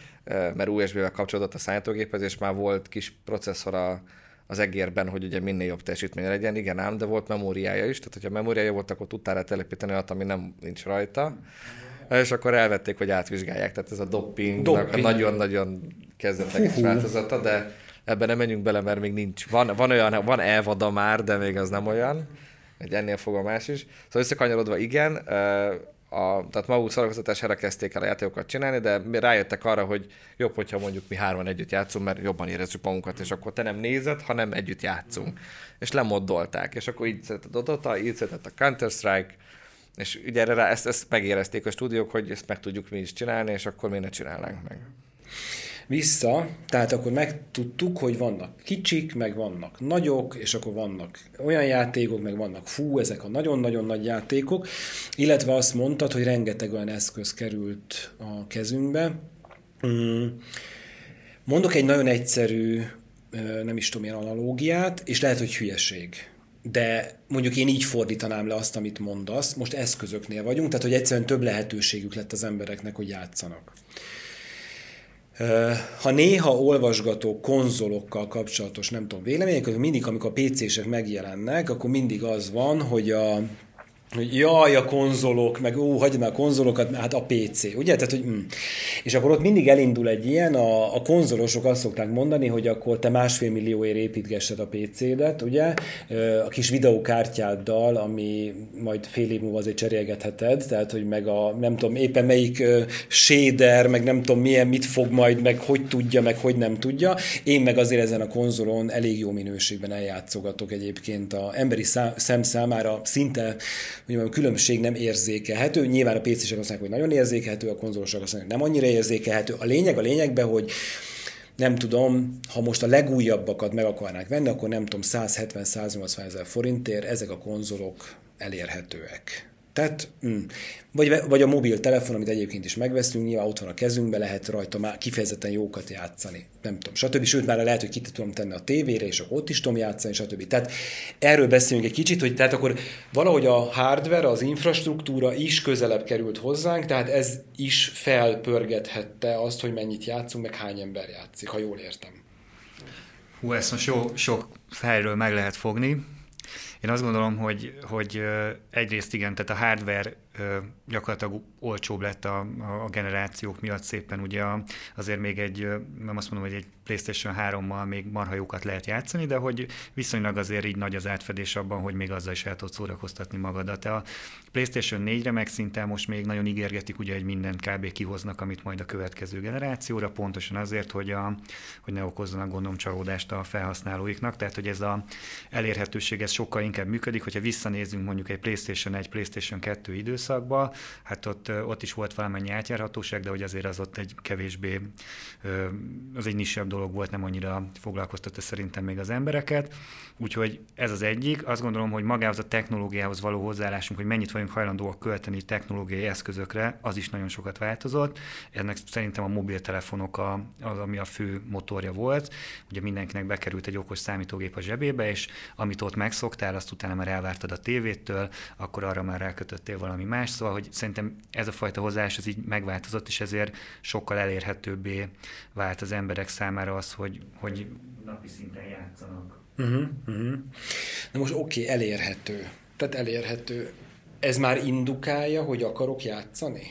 mert USB-vel kapcsolódott a számítógéphez, és már volt kis processzor az egérben, hogy ugye minél jobb teljesítmény legyen. Igen ám, de volt memóriája is, tehát hogyha memóriája volt, akkor tudtál rá telepíteni olyat, ami nincs rajta. És akkor elvették, hogy átvizsgálják. Tehát ez a doppingnak a nagyon-nagyon kezdetleges változata, de ebben nem menjünk bele, mert még nincs. Van elvada már, de még az nem olyan. Ennél fog a más is. Szóval összekanyarodva igen, tehát maguk szórakoztatására kezdték el a játékokat csinálni, de rájöttek arra, hogy jobb, hogyha mondjuk mi hárman együtt játszunk, mert jobban érezzük magunkat, és akkor te nem nézed, hanem együtt játszunk. És lemoddolták, és akkor így született a Dota, így született a Counter-Strike, és ugye erre ezt megérezték a stúdiók, hogy ezt meg tudjuk mi is csinálni, és akkor mi ne csinálnánk meg. Vissza, tehát akkor megtudtuk, hogy vannak kicsik, meg vannak nagyok, és akkor vannak olyan játékok, meg vannak ezek a nagyon-nagyon nagy játékok, illetve azt mondtad, hogy rengeteg olyan eszköz került a kezünkbe. Mondok egy nagyon egyszerű, nem is tudom, ilyen analógiát, és lehet, hogy hülyeség. De mondjuk én így fordítanám le azt, amit mondasz. Most eszközöknél vagyunk, tehát hogy egyszerűen több lehetőségük lett az embereknek, hogy játszanak. Ha néha olvasgatok konzolokkal kapcsolatos, nem tudom, vélemények, mindig, amikor a PC-sek megjelennek, akkor mindig az van, hogy hogy jaj, a konzolok, meg hagyj már a konzolokat, hát a PC, ugye? Tehát, hogy, És akkor ott mindig elindul egy ilyen, a konzolosok azt szokták mondani, hogy akkor te 1,5 millióért építgessed a PC-det, ugye? A kis videókártyáddal, ami majd fél év múlva azért cserélgetheted, tehát, hogy meg nem tudom, éppen melyik shader, meg nem tudom milyen, mit fog majd, meg hogy tudja, meg hogy nem tudja. Én meg azért ezen a konzolon elég jó minőségben eljátszogatok egyébként a emberi szem számára szinte mondjuk a különbség nem érzékelhető. Nyilván a PC-sek azt mondják, hogy nagyon érzékelhető, a konzolosok azt mondják, hogy nem annyira érzékelhető. A lényegben, hogy nem tudom, ha most a legújabbakat meg akarnák venni, akkor nem tudom, 170-180 ezer forintért ezek a konzolok elérhetőek. Tehát, vagy a mobiltelefon, amit egyébként is megveszünk, nyilván ott van a kezünkbe, lehet rajta már kifejezetten jókat játszani, nem tudom, stb. Sőt, már lehet, hogy ki tudom tenni a tévére, és akkor ott is tudom játszani, stb. Tehát erről beszélünk egy kicsit, hogy tehát akkor valahogy a hardware, az infrastruktúra is közelebb került hozzánk, tehát ez is felpörgethette azt, hogy mennyit játszunk, meg hány ember játszik, ha jól értem. Ezt most sok fejről meg lehet fogni. Én azt gondolom, hogy egyrészt igen, tehát a hardware gyakorlatilag olcsóbb lett a generációk miatt szépen, ugye azért még nem azt mondom, hogy egy PlayStation 3-mal még marha jókat lehet játszani, de hogy viszonylag azért így nagy az átfedés abban, hogy még azzal is el tudod szórakoztatni magadat. A PlayStation 4-re meg szinte most még nagyon ígérgetik, ugye, hogy mindent kb. Kihoznak, amit majd a következő generációra, pontosan azért, hogy ne okozzanak gondolom csalódást a felhasználóiknak, tehát hogy ez az elérhetőség ez sokkal inkább működik, hogyha visszanézzünk mondjuk egy PlayStation 1, PlayStation 2 időszakba, hát ott is volt valamennyi átjárhatóság, de hogy azért az ott egy kevésbé, az egy nisebb dolog volt, nem annyira foglalkoztatta szerintem még az embereket. Úgyhogy ez az egyik. Azt gondolom, hogy magához a technológiához való hozzáállásunk, hogy mennyit vagyunk hajlandóak költeni technológiai eszközökre, az is nagyon sokat változott. Ennek szerintem a mobiltelefonok az, ami a fő motorja volt. Ugye mindenkinek bekerült egy okos számítógép a zsebébe, és amit ott megszoktál, azt utána már elvártad a tévétől, akkor arra már rákötöttél valami más. Szóval, hogy szerintem ez a fajta hozzáállás az így megváltozott, és ezért sokkal elérhetőbbé vált az emberek számára az, hogy napi szinten játszanak. Na most oké, elérhető. Tehát elérhető. Ez már indukálja, hogy akarok játszani?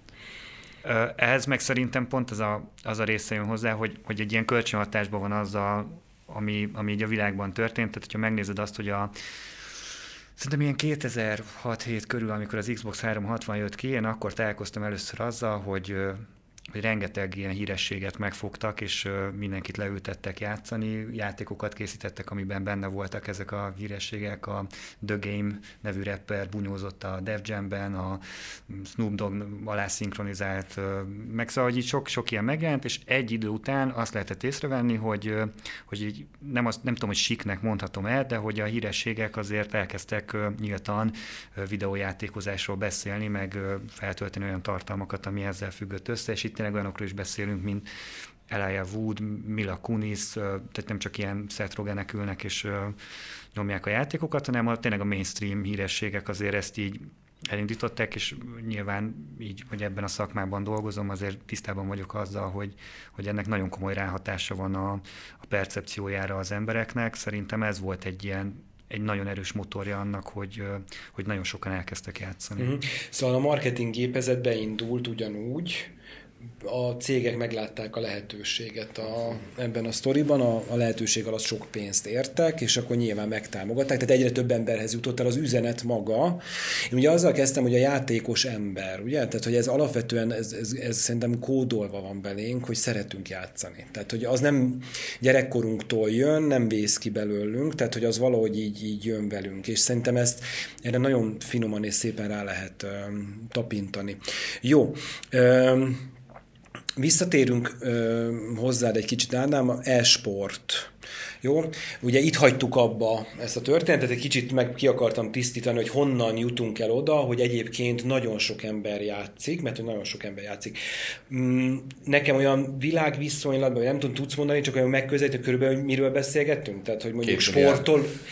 Ehhez meg szerintem pont az a része jön hozzá, hogy egy ilyen kölcsönhatásban van azzal, ami így a világban történt. Tehát, hogyha megnézed azt, hogy szerintem ilyen 2006-7 körül, amikor az Xbox 360 jött ki, én akkor találkoztam először azzal, hogy rengeteg ilyen hírességet megfogtak, és mindenkit leültettek játszani, játékokat készítettek, amiben benne voltak ezek a hírességek, a The Game nevű rapper bunyózott a Def Jam-ben, a Snoop Dogg alá szinkronizált, meg szóval, hogy így sok ilyen megjelent, és egy idő után azt lehetett észrevenni, hogy így nem tudom, hogy siknek mondhatom el, de hogy a hírességek azért elkezdtek nyíltan videójátékozásról beszélni, meg feltölteni olyan tartalmakat, ami ezzel függött össze, és itt tényleg olyanokról is beszélünk, mint Elijah Wood, Mila Kunis, tehát nem csak ilyen Seth Rogenek ülnek és nyomják a játékokat, hanem tényleg a mainstream hírességek azért ezt így elindították, és nyilván így, hogy ebben a szakmában dolgozom, azért tisztában vagyok azzal, hogy ennek nagyon komoly ráhatása van a percepciójára az embereknek. Szerintem ez volt egy nagyon erős motorja annak, hogy nagyon sokan elkezdtek játszani. Szóval a marketing gépezet beindult ugyanúgy, a cégek meglátták a lehetőséget ebben a sztoriban, a lehetőség alatt sok pénzt értek, és akkor nyilván megtámogatták, tehát egyre több emberhez jutott el az üzenet maga. Én ugye azzal kezdtem, hogy a játékos ember, ugye? Tehát, hogy ez alapvetően, ez szerintem kódolva van belénk, hogy szeretünk játszani. Tehát, hogy az nem gyerekkorunktól jön, nem vész ki belőlünk, tehát, hogy az valahogy így jön velünk, és szerintem erre nagyon finoman és szépen rá lehet tapintani. Jó, visszatérünk hozzád egy kicsit, Ádám, e-sport. Jó? Ugye itt hagytuk abba ezt a történetet, egy kicsit meg ki akartam tisztítani, hogy honnan jutunk el oda, hogy egyébként nagyon sok ember játszik, mert nagyon sok ember játszik. Nekem olyan világviszonylatban, vagy nem tudom, tudsz mondani, csak olyan megközelítő körülbelül, hogy miről beszélgettünk? Tehát, hogy mondjuk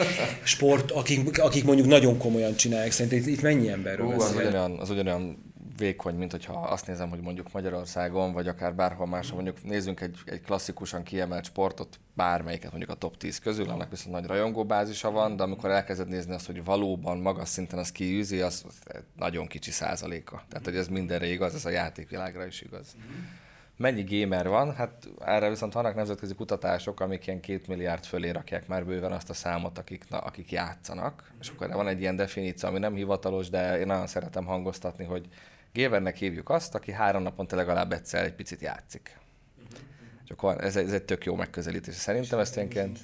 sport, akik mondjuk nagyon komolyan csinálják, szerintem itt mennyi emberről beszélünk? Az ugyanolyan vékony, mint hogyha azt nézem, hogy mondjuk Magyarországon, vagy akár bárhol máshol, mondjuk nézzünk egy klasszikusan kiemelt sportot, bármelyiket mondjuk a top 10 közül, annak viszont nagy rajongóbázisa van, de amikor elkezded nézni azt, hogy valóban magas szinten az kiűzi, az nagyon kicsi százaléka. Tehát, hogy ez mindenre igaz, ez a játékvilágra is igaz. Mennyi gamer van? Hát erre viszont vannak nemzetközi kutatások, amik ilyen 2 milliárd fölé rakják már bőven azt a számot, akik játszanak. És akkor van egy ilyen definíció, ami nem hivatalos, de én nagyon szeretem hangoztatni, hogy gamernek hívjuk azt, aki 3 naponta legalább egyszer egy picit játszik. És akkor ez egy tök jó megközelítés. Szerintem ezt ilyenként...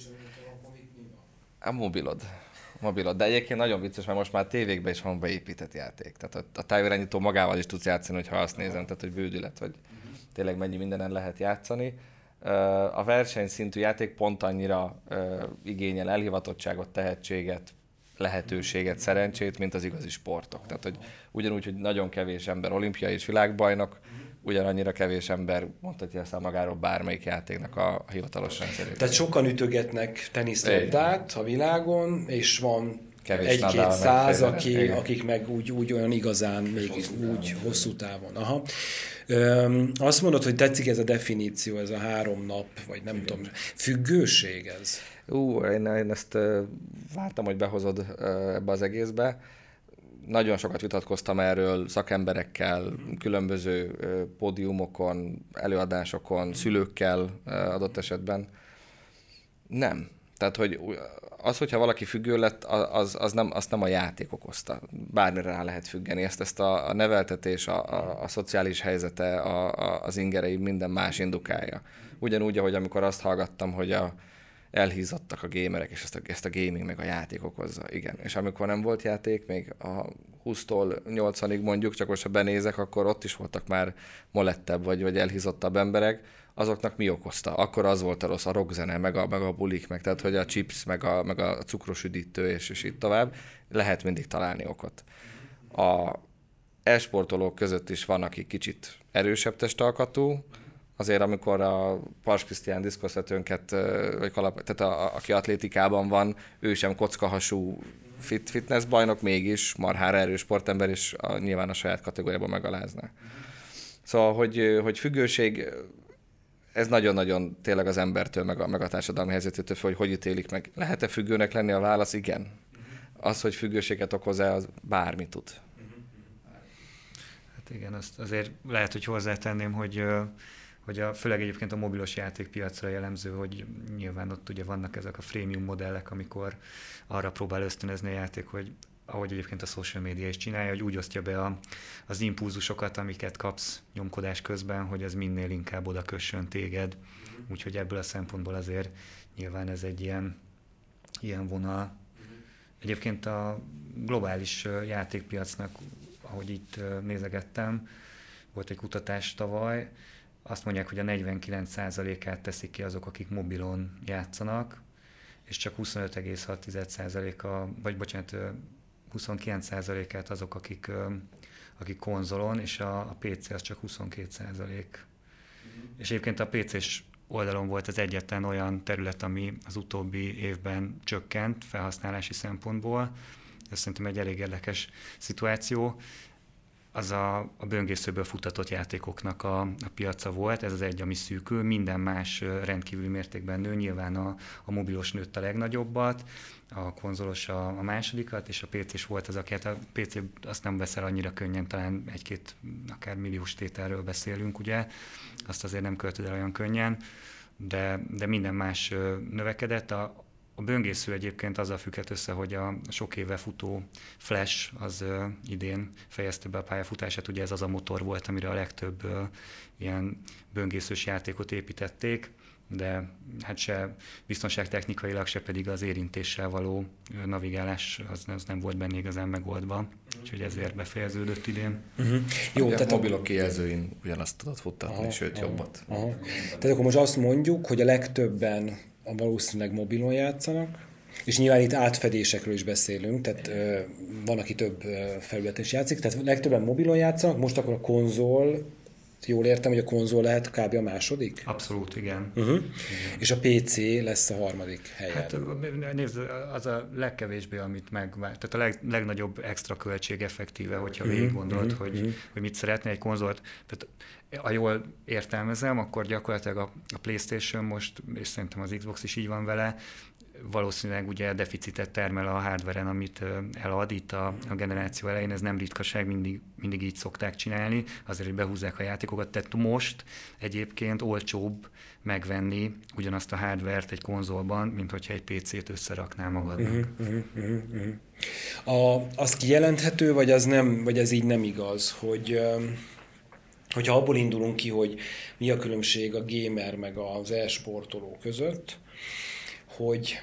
A mobilod. De egyébként nagyon vicces, mert most már tévékben is van beépített játék. Tehát a távirányító magával is tudsz játszani, hogyha azt nézem, tehát hogy bődület, vagy tényleg mennyi mindenen lehet játszani. A versenyszintű játék pont annyira igényel elhivatottságot, tehetséget, lehetőséget, szerencsét, mint az igazi sportok. Tehát, hogy ugyanúgy, hogy nagyon kevés ember olimpiai és világbajnok, ugyanannyira kevés ember mondhatja ezt magáról bármelyik játéknak a hivatalos rendszerét. Tehát sokan ütögetnek teniszlabdát a világon, és van kevés 1-200, akik meg úgy olyan igazán még úgy hosszú távon. Aha. Azt mondod, hogy tetszik ez a definíció, ez a 3 nap, vagy nem tudom, függőség ez? Én ezt vártam, hogy behozod ebbe az egészbe. Nagyon sokat vitatkoztam erről szakemberekkel, különböző pódiumokon, előadásokon, szülőkkel adott esetben. Nem. Tehát, hogy az, hogyha valaki függő lett, azt nem a játék okozta. Bármire rá lehet függeni. Ezt a neveltetés, a szociális helyzete, az ingerei, minden más indukálja. Ugyanúgy, ahogy amikor azt hallgattam, hogy elhízottak a gamerek, és ezt a gaming meg a játék okozza. Igen. És amikor nem volt játék, még a 20-tól 80-ig mondjuk, csak most ha benézek, akkor ott is voltak már molettebb vagy elhízottabb emberek, azoknak mi okozta? Akkor az volt a rossz, a rockzene, meg a bulik, meg tehát, hogy a chips, meg a cukros üdítő, és így tovább. Lehet mindig találni okot. A e-sportolók között is van, aki kicsit erősebb testalkatú, azért amikor a Pars Krisztián diszkoszvetőnket, tehát aki atlétikában van, ő sem kockahasú fitness bajnok, mégis marhára erős sportember, és nyilván a saját kategóriában megalázná. Szóval, hogy függőség, ez nagyon-nagyon tényleg az embertől, meg a társadalmi helyzetétől, hogy ítélik meg. Lehet-e függőnek lenni? A válasz igen. Az, hogy függőséget okoz-e, az bármi tud. Hát igen, azt azért lehet, hogy hozzátenném, hogy főleg egyébként a mobilos játékpiacra jellemző, hogy nyilván ott ugye vannak ezek a freemium modellek, amikor arra próbál ösztönözni a játék, hogy ahogy egyébként a social media is csinálja, hogy úgy osztja be az impulzusokat, amiket kapsz nyomkodás közben, hogy ez minél inkább oda kössön téged. Úgyhogy ebből a szempontból azért nyilván ez egy ilyen vonal. Egyébként a globális játékpiacnak, ahogy itt nézegettem, volt egy kutatás tavaly, azt mondják, hogy a 49%-át teszik ki azok, akik mobilon játszanak, és csak 29%-át azok, akik konzolon, és a PC az csak 22%. És egyébként a PC-s oldalon volt az egyetlen olyan terület, ami az utóbbi évben csökkent felhasználási szempontból. Ez szerintem egy elég érdekes szituáció. Az a böngészőből futtatott játékoknak a piaca volt, ez az egy, ami szűkül, minden más rendkívüli mértékben nő, nyilván a mobilos nőtt a legnagyobbat, a konzolos a másodikat, és a PC-s volt az, aki a PC azt nem veszel annyira könnyen, talán 1-2 akár milliós tételről beszélünk, ugye, azt azért nem költöd el olyan könnyen, de minden más növekedett. A böngésző egyébként azzal függhet össze, hogy a sok éve futó Flash az idén fejezte be a pályafutását, ugye ez az a motor volt, amire a legtöbb ilyen böngészős játékot építették, de hát se biztonságtechnikailag, se pedig az érintéssel való navigálás az nem volt benne igazán megoldva, úgyhogy ezért befejeződött idén. Jó, tehát a mobilok kijelzőin ugyanazt tudod futtatni, sőt jobbat. Tehát akkor most azt mondjuk, hogy a legtöbben valószínűleg mobilon játszanak, és nyilván itt átfedésekről is beszélünk, tehát van, aki több felületen is játszik, tehát legtöbben mobilon játszanak, most akkor a konzol Jól értem, hogy a konzol lehet kb. A második? Abszolút, igen. Igen. És a PC lesz a harmadik helyen. Hát nézd, az a legkevésbé, amit megvár. Tehát a legnagyobb extra költség effektíve, hogyha végig gondolod, hogy mit szeretne egy konzolt. Tehát ha jól értelmezem, akkor gyakorlatilag a PlayStation most, és szerintem az Xbox is így van vele, valószínűleg ugye deficitet termel a hardware-en, amit elad itt a generáció elején, ez nem ritkaság, mindig így szokták csinálni, azért, hogy behúzzák a játékokat, tehát most egyébként olcsóbb megvenni ugyanazt a hardware-t egy konzolban, mint hogyha egy PC-t összeraknál magadnak. Az kijelenthető, vagy az nem, vagy ez így nem igaz, hogyha abból indulunk ki, hogy mi a különbség a gamer meg az e-sportoló között, hogy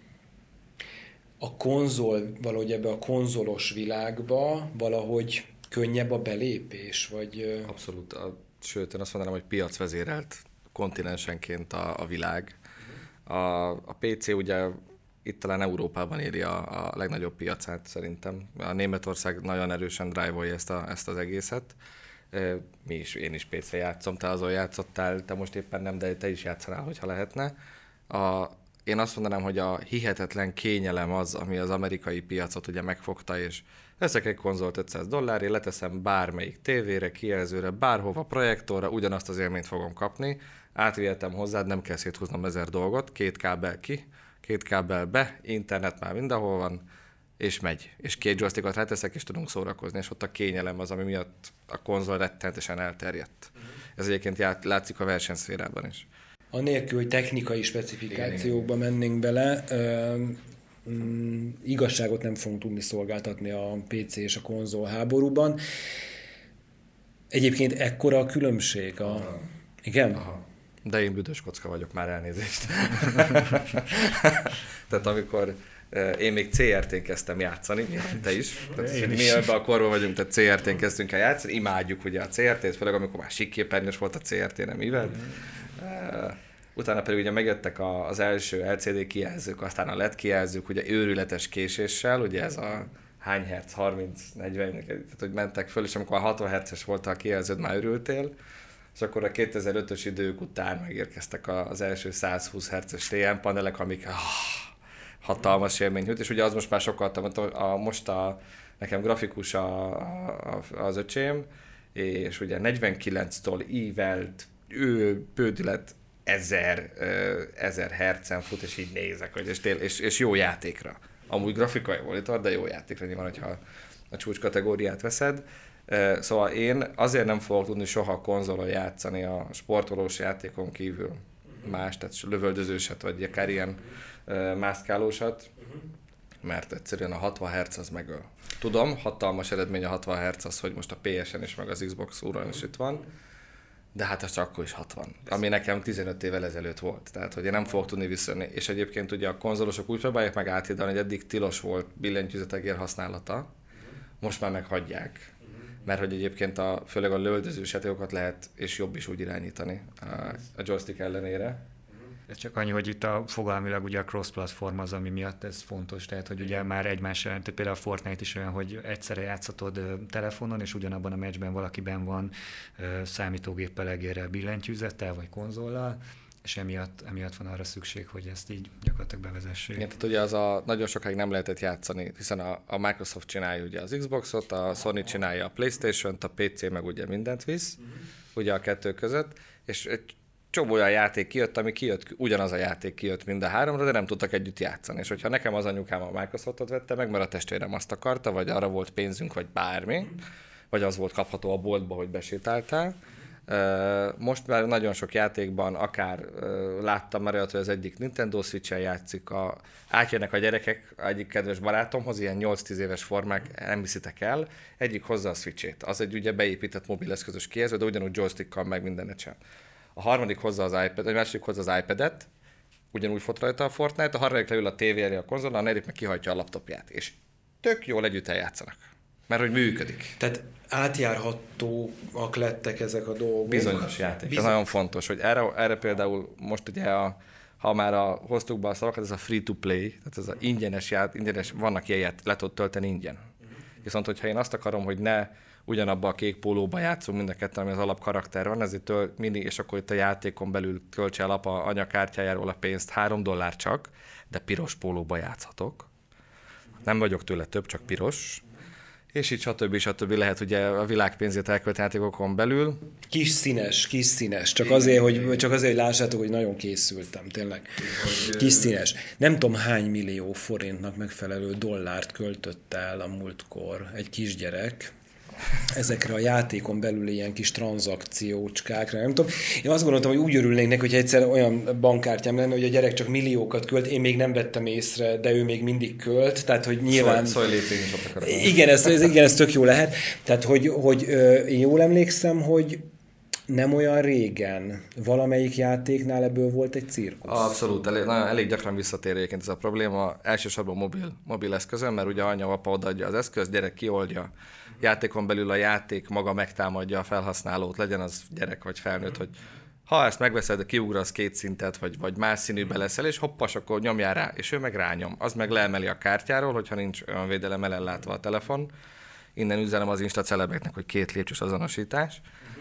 a konzol, valahogy ebbe a konzolos világba valahogy könnyebb a belépés, vagy... Abszolút. Sőt, én azt mondanám, hogy piacvezérelt kontinensenként a világ. A PC ugye itt talán Európában éri a legnagyobb piacát szerintem. A Németország nagyon erősen drive-olja ezt az egészet. Én is PC játszom, te azon játszottál, te most éppen nem, de te is játszanál, hogyha lehetne. Én azt mondanám, hogy a hihetetlen kényelem az, ami az amerikai piacot ugye megfogta, és veszek egy konzolt $500, leteszem bármelyik tévére, kijelzőre, bárhova, projektorra, ugyanazt az élményt fogom kapni, átvihetem hozzád, nem kell széthúznom 1000 dolgot, 2 kábel ki, 2 kábel be, internet már mindenhol van, és megy. És 2 joystickot ráteszek, és tudunk szórakozni, és ott a kényelem az, ami miatt a konzol rettenetesen elterjedt. Ez egyébként látszik a versenyszférában is. Anélkül, hogy technikai specifikációkba mennénk bele, igazságot nem fogunk tudni szolgáltatni a PC és a konzol háborúban. Egyébként ekkora a különbség? Igen? Aha. De én büdös kocka vagyok, már elnézést. Tehát amikor én még CRT-n kezdtem játszani, te is. Tehát, mi ebben a korban vagyunk, tehát CRT-n kezdtünk el játszani, imádjuk ugye a CRT-t, főleg amikor már síkképernyős volt a CRT, nem mivel. Utána pedig ugye megjöttek az első LCD kijelzők, aztán a LED kijelzők, ugye őrületes késéssel, ugye ez a hány hertz, 30-40, tehát hogy mentek föl, és amikor a 60 hertzes volt a kijelződ, már örültél, és akkor a 2005-ös idők után megérkeztek az első 120 hertzes TN panelek, amik hatalmas élmény hűt, és ugye az most már sokkal, nekem grafikus az öcsém, és ugye 49-től ívelt, bődület 1000 hertzen fut, és így nézek, hogy és jó játékra. Amúgy grafikai monitor, de jó játékra nyilván, hogyha a csúcs kategóriát veszed. Szóval én azért nem fogok tudni soha konzolon játszani a sportolós játékon kívül más, tehát lövöldözőset, vagy akár ilyen mászkálósat, mert egyszerűen a 60 Hz az megöl. Tudom, hatalmas eredmény a 60 Hz az, hogy most a PS-en is, meg az Xbox One is itt van, de hát az csak akkor is 60, ami nekem 15 évvel ezelőtt volt, tehát hogy én nem fogok tudni visszajönni. És egyébként ugye a konzolosok úgy próbálják meg áthidalni, hogy eddig tilos volt billentyűzetegér használata, most már meghagyják. Mert hogy egyébként főleg a lövöldözős játékokat lehet, és jobb is úgy irányítani a joystick ellenére. Ez csak annyi, hogy itt fogalmilag ugye a cross-platform az, ami miatt ez fontos, tehát hogy ugye már egymás, tehát például a Fortnite is olyan, hogy egyszerre játszhatod telefonon, és ugyanabban a meccsben valakiben van számítógéppel, egérrel, billentyűzettel vagy konzollal, és emiatt van arra szükség, hogy ezt így gyakorlatilag bevezessék. Igen, tehát ugye nagyon sokáig nem lehetett játszani, hiszen a Microsoft csinálja ugye az Xboxot, a Sony csinálja a PlayStation-t, a PC meg ugye mindent visz, ugye a kettő között, és egy csomó olyan játék kijött, ami ugyanaz a játék kijött mind a háromra, de nem tudtak együtt játszani. És hogyha nekem az anyukám a Microsoftot vette meg, mert a testvérem azt akarta, vagy arra volt pénzünk, vagy bármi, vagy az volt kapható a boltba, hogy besétáltál. Most már nagyon sok játékban akár láttam már olyat, hogy az egyik Nintendo Switch-en játszik, átjönnek a gyerekek egyik kedves barátomhoz, ilyen 8-10 éves formák, nem hiszitek el, egyik hozza a Switch-ét. Az egy ugye beépített mobileszközös kijelző, de ugyanúgy joystickkal meg mindenet sem. A harmadik hozza az iPad, a másik hozza az iPad-et, ugyanúgy fut rajta a Fortnite, a harmadik leül a tévé elé a konzolon, a negyedik meg kihajtja a laptopját, és tök jól együtt eljátszanak. Mert hogy működik. Tehát átjárhatóak lettek ezek a dolgok. Bizonyos játék. Ez nagyon fontos, hogy erre például most ugye, ha már hoztuk be a szavakat, ez a free-to-play, tehát ez a ingyenes, vannak ilyen le tudod tölteni ingyen. Viszont, hogyha én azt akarom, hogy ne ugyanabba a kék pólóba játszunk mind a ketten, ami az alapkarakter van, ezért és akkor itt a játékon belül költse el apa anyakártyájáról a pénzt, $3 csak, de piros pólóba játszhatok. Nem vagyok tőle több, csak piros. És így stb. Lehet ugye a világ pénzét elkölt játékokon belül. Kis színes. Csak azért, hogy lássátok, hogy nagyon készültem, tényleg. Kis színes. Nem tudom, hány millió forintnak megfelelő dollárt költött el a múltkor egy kisgyerek ezekre a játékon belül ilyen kis tranzakciócskákra, nem tudom. Én azt gondoltam, hogy úgy örülnék neki, hogyha egyszer olyan bankkártyám lenne, hogy a gyerek csak milliókat költ, én még nem vettem észre, de ő még mindig költ, tehát hogy nyilván... Igen, ez tök jó lehet. Tehát, hogy én jól emlékszem, hogy nem olyan régen valamelyik játéknál ebből volt egy cirkusz. Abszolút, elég gyakran visszatér egyébként ez a probléma. Elsősorban mobil eszközön, mert ugye anya-apa odaadja az eszközt, gyerek kioldja. Játékon belül a játék maga megtámadja a felhasználót, legyen az gyerek vagy felnőtt, hogy ha ezt megveszed, kiugrasz 2 szintet, vagy más színűbe leszel, és hoppas, akkor nyomjál rá, és ő meg rányom. Az meg leemeli a kártyáról, hogyha nincs olyan védelem ellátva a telefon. Innen üzenem az Insta celebeknek, hogy 2 lépcsős azonosítás,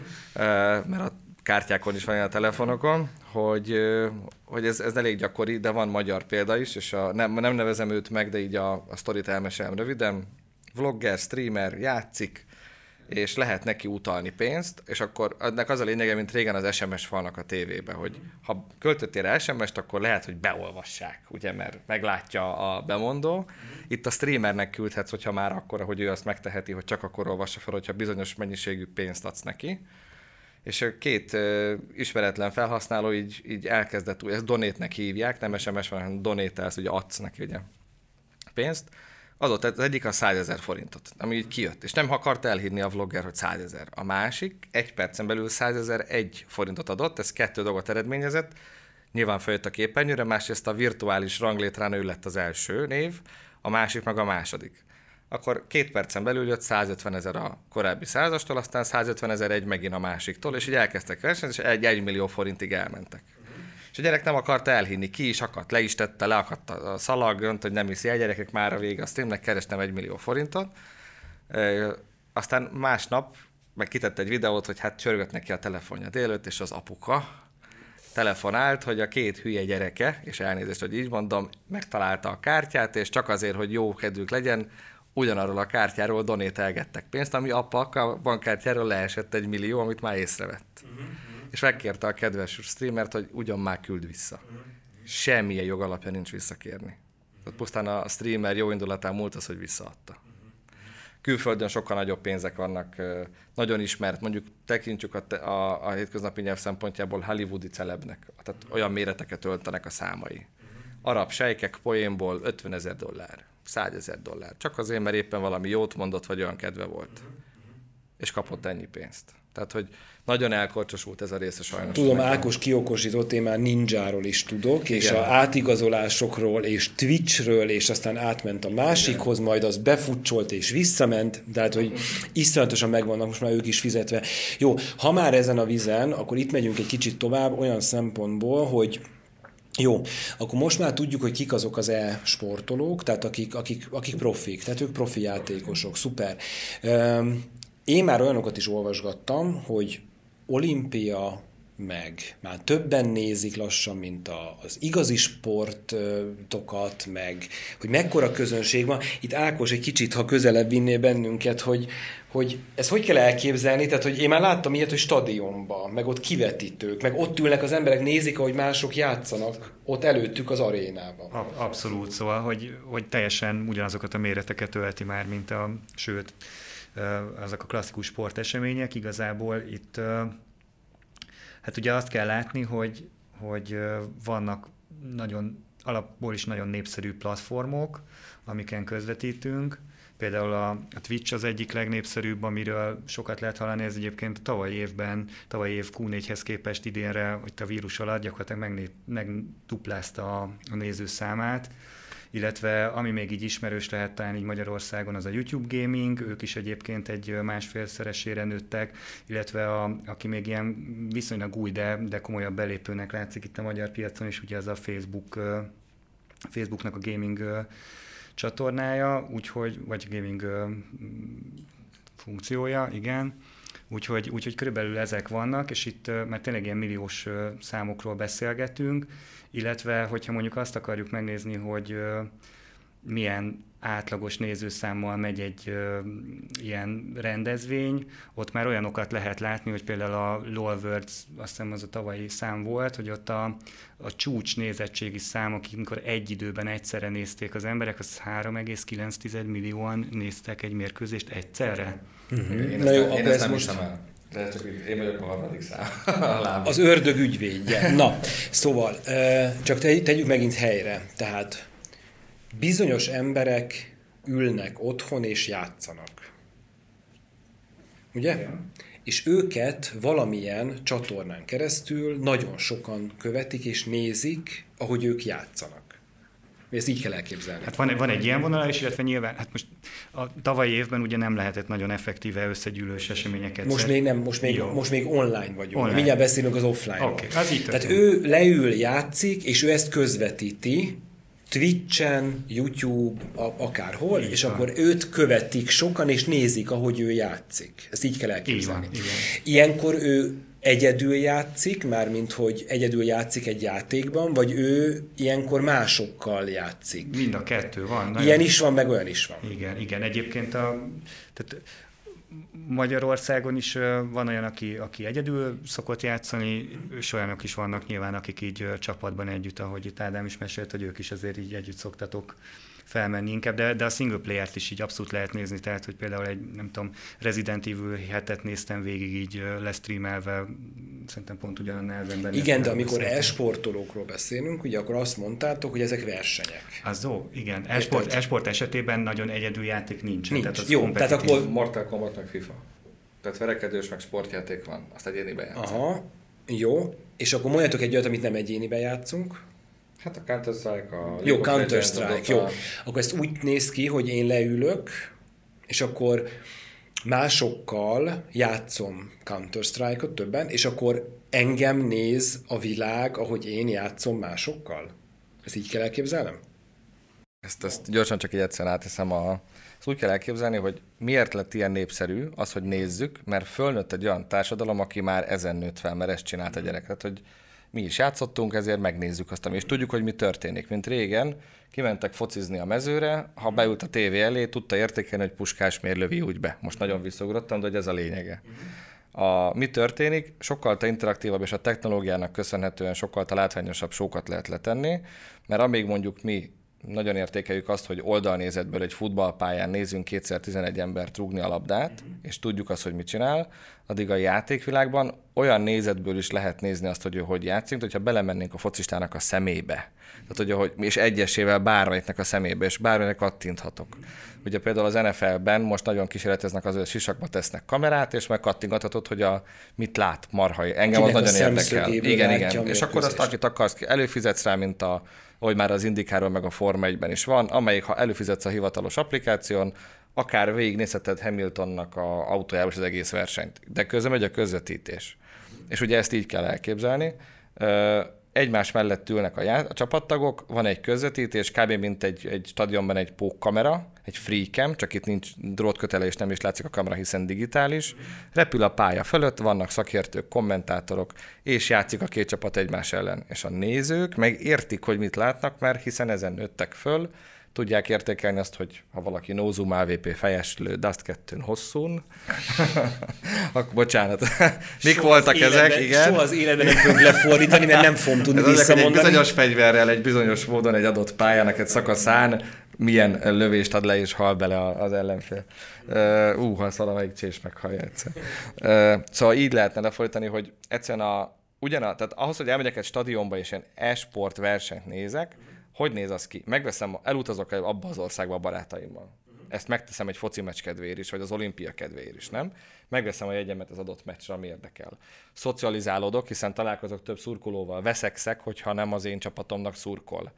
mert a kártyákon is van a telefonokon, hogy ez elég gyakori, de van magyar példa is, és nem nevezem őt meg, de így a sztorit elmesélem röviden. Vlogger, streamer, játszik, és lehet neki utalni pénzt, és akkor ennek az a lényege, mint régen az SMS falnak a tévébe, hogy ha költöttél rá SMS-t, akkor lehet, hogy beolvassák, ugye, mert meglátja a bemondó. Itt a streamernek küldhetsz, hogyha már akkor, hogy ő azt megteheti, hogy csak akkor olvassa fel, hogyha bizonyos mennyiségű pénzt adsz neki. És 2 ismeretlen felhasználó így elkezdett, ezt donate-nek hívják, nem SMS van, hanem donate-elsz, ugye adsz neki ugye pénzt. Adott az egyik a 100 000 forintot, ami így kijött, és nem akart elhinni a vlogger, hogy 100 000. A másik 1 percen belül 100 001 forintot adott, ez 2 dolgot eredményezett, nyilván följött a képernyőre, másrészt a virtuális ranglétrán ő lett az első név, a másik meg a második. Akkor 2 percen belül jött 150 000 a korábbi 100-astól, aztán 150 001 megint a másiktól, és így elkezdtek versenyezni, és 1 millió forintig elmentek. És a gyerek nem akarta elhinni, ki is akadt, le is tette, leakadt a szalag, önt, hogy nem hiszi el, gyerekek, már a vége a streamnek, kerestem 1 millió forintot. Aztán másnap meg kitett egy videót, hogy hát csörgött neki a telefonja délőtt, és az apuka telefonált, hogy a 2 hülye gyereke, és elnézést, hogy így mondom, megtalálta a kártyát, és csak azért, hogy jó kedvük legyen, ugyanarról a kártyáról donételgettek pénzt, ami a bankkártyáról leesett 1 millió, amit már észrevett. És megkérte a kedves streamert, hogy ugyan már küld vissza. Semmilyen jogalapja nincs visszakérni. Tehát pusztán a streamer jó indulatán múlt az, hogy visszaadta. Külföldön sokkal nagyobb pénzek vannak, nagyon ismert, mondjuk tekintsük a hétköznapi nyelv szempontjából hollywoodi celebnek, tehát olyan méreteket öltenek a számai. Arab sejkek poénból $50 000, $100 000, csak azért, mert éppen valami jót mondott, vagy olyan kedve volt. És kapott ennyi pénzt. Tehát, hogy nagyon elkorcsosult ez a része sajnos. Tudom, Ákos kiokosított, én már Ninjáról is tudok, igen. És az átigazolásokról, és Twitchről, és aztán átment a másikhoz, majd az befutcsolt és visszament, tehát, hogy iszonyatosan megvannak most már ők is fizetve. Jó, ha már ezen a vizen, akkor itt megyünk egy kicsit tovább olyan szempontból, hogy jó, akkor most már tudjuk, hogy kik azok az e-sportolók, tehát akik profik, tehát ők profi játékosok, szuper. Én már olyanokat is olvasgattam, hogy olimpia, meg már többen nézik lassan, mint az igazi sportokat, meg hogy mekkora közönség van. Itt Ákos egy kicsit, ha közelebb vinné bennünket, hogy ezt hogy kell elképzelni, tehát hogy én már láttam ilyet, hogy stadionban, meg ott kivetítők, meg ott ülnek az emberek, nézik, ahogy mások játszanak ott előttük az arénában. Abszolút, szóval, hogy teljesen ugyanazokat a méreteket ölti már, mint sőt, azok a klasszikus sportesemények. Igazából itt hát ugye azt kell látni, hogy vannak alapból is nagyon népszerű platformok, amiken közvetítünk. Például a Twitch az egyik legnépszerűbb, amiről sokat lehet hallani, ez egyébként tavaly év Q4-hez képest idénre, hogy a vírus alatt gyakorlatilag megduplázta a nézőszámát, illetve ami még így ismerős lehet talán így Magyarországon, az a YouTube Gaming, ők is egyébként egy 1,5-szeresére nőttek, illetve aki még ilyen viszonylag új, de komolyabb belépőnek látszik itt a magyar piacon is, ugye az a Facebooknak a gaming csatornája, úgyhogy, vagy gaming funkciója, igen. Úgyhogy körülbelül ezek vannak, és itt már tényleg ilyen milliós számokról beszélgetünk, illetve hogyha mondjuk azt akarjuk megnézni, hogy milyen átlagos nézőszámmal megy egy ilyen rendezvény, ott már olyanokat lehet látni, hogy például a LOL Worlds, azt hiszem az a tavalyi szám volt, hogy ott a csúcs nézettségi számok, amikor egy időben egyszerre nézték az emberek, az 3,9 millióan néztek egy mérkőzést egyszerre. Én ezt nem hiszem el. De csak én vagyok a harmadik szám. Az ördög ügyvédje. Na, szóval, csak tegyük megint helyre. Tehát bizonyos emberek ülnek otthon és játszanak. Ugye? Igen. És őket valamilyen csatornán keresztül nagyon sokan követik és nézik, ahogy ők játszanak. Ezt így kell elképzelni. Hát van egy ilyen vonal is, illetve nyilván, hát most a tavalyi évben ugye nem lehetett nagyon effektíve összegyűlős eseményeket. Most még nem, most még online vagyunk. Online. Mindjárt beszélünk az offline-ról. Okay, az így tehát ő leül, játszik, és ő ezt közvetíti, Twitchen, YouTube, akárhol, így és van. Akkor őt követik sokan, és nézik, ahogy ő játszik. Ezt így kell elképzelni. Így van. Ilyenkor ő egyedül játszik, mármint hogy egyedül játszik egy játékban, vagy ő ilyenkor másokkal játszik? Mind a kettő van. Ilyen is van, meg olyan is van. Igen. Egyébként tehát Magyarországon is van olyan, aki egyedül szokott játszani, és olyanok is vannak nyilván, akik így csapatban együtt, ahogy itt Ádám is mesélt, hogy ők is azért így együtt szoktatok felmenni inkább, de a single player-t is így abszolút lehet nézni, tehát hogy például egy, nem tudom, Resident Evil 7-et néztem végig így lestreamelve, szerintem pont ugyanannál nehezenben. Igen, de amikor e-sportolókról beszélünk, ugye akkor azt mondtátok, hogy ezek versenyek. Az jó, igen. E-sport esetében nagyon egyedül játék nincs. Tehát az jó, tehát akkor... Mortal Kombat meg FIFA. Tehát verekedős meg sportjáték van, azt egyéniben játszunk. Aha, jó. És akkor mondjatok egy olyat, amit nem egyéniben játszunk. Hát a Counter-Strike, a jó, Counter-Strike, jó. Akkor ezt úgy néz ki, hogy én leülök, és akkor másokkal játszom Counter-Strike-ot többen, és akkor engem néz a világ, ahogy én játszom másokkal? Ezt így kell elképzelnem? Ezt gyorsan csak így egyszerűen áteszem. Ezt úgy kell elképzelni, hogy miért lett ilyen népszerű az, hogy nézzük, mert fölnőtt egy olyan társadalom, aki már ezen nőtt fel, mert ezt csinált a gyerek. Tehát, hogy mi is játszottunk, ezért megnézzük azt, és tudjuk, hogy mi történik. Mint régen, kimentek focizni a mezőre, ha beült a tévé elé, tudta értékelni, hogy Puskás miért lövi úgy be. Most nagyon visszaugrottam, de hogy ez a lényege. Mi történik? Sokkal interaktívabb, és a technológiának köszönhetően sokkal látványosabb sókat lehet letenni, mert amíg mondjuk mi nagyon értékeljük azt, hogy oldalnézetből egy futballpályán nézzünk 2x11 embert rúgni a labdát, és tudjuk azt, hogy mit csinál, addig a játékvilágban olyan nézetből is lehet nézni azt, hogy ő hogy játszik, hogyha belemennénk a focistának a szemébe. Tehát, hogy és egyesével bármelyiknek a szemébe, és bármelyiknek kattinthatok. Ugye például az NFL-ben most nagyon kísérleteznek az, hogy sisakba tesznek kamerát, és meg kattingathatod, hogy mit lát marhai. Engem az nagyon érdekel. Igen. És akkor azt, akit akarsz, előfizetsz rá, mint ahogy már az Indycarról meg a Forma 1-ben is van, amelyik, ha előfizetsz a hivatalos applikáción, akár végignézheted Hamiltonnak a autójában az egész versenyt. De közben megy a közvetítés. És ugye ezt így kell elképzelni. Egymás mellett ülnek a csapattagok, van egy közvetítés, kb. Mint egy stadionban egy pókkamera, egy freecam, csak itt nincs drótkötele, és nem is látszik a kamera, hiszen digitális. Repül a pálya fölött, vannak szakértők, kommentátorok, és játszik a két csapat egymás ellen. És a nézők meg értik, hogy mit látnak, mert hiszen ezen nőttek föl, tudják értékelni azt, hogy ha valaki no zoom AVP fejeslő Dust 2-n hosszún, akkor bocsánat, mik voltak ezek, igen. Soha az életben nem fogjuk lefordítani, mert nem fogom tudni visszamondani. Egy bizonyos fegyverrel, egy bizonyos módon egy adott pályának egy szakaszán milyen lövést ad le és hal bele az ellenfél. Ha valamelyik csés meghallja egyszer. Szóval így lehetne lefordítani, hogy egyszerűen tehát ahhoz, hogy elmegyek egy stadionba és ilyen e-sport versenyt nézek, hogy néz az ki? Elutazok abba az országba a barátaimmal. Ezt megteszem egy foci meccs kedvéért is, vagy az olimpia kedvéért is, nem? Megveszem a jegyemet az adott meccsre, ami érdekel. Szocializálódok, hiszen találkozok több szurkolóval, veszekszek, hogyha nem az én csapatomnak szurkol.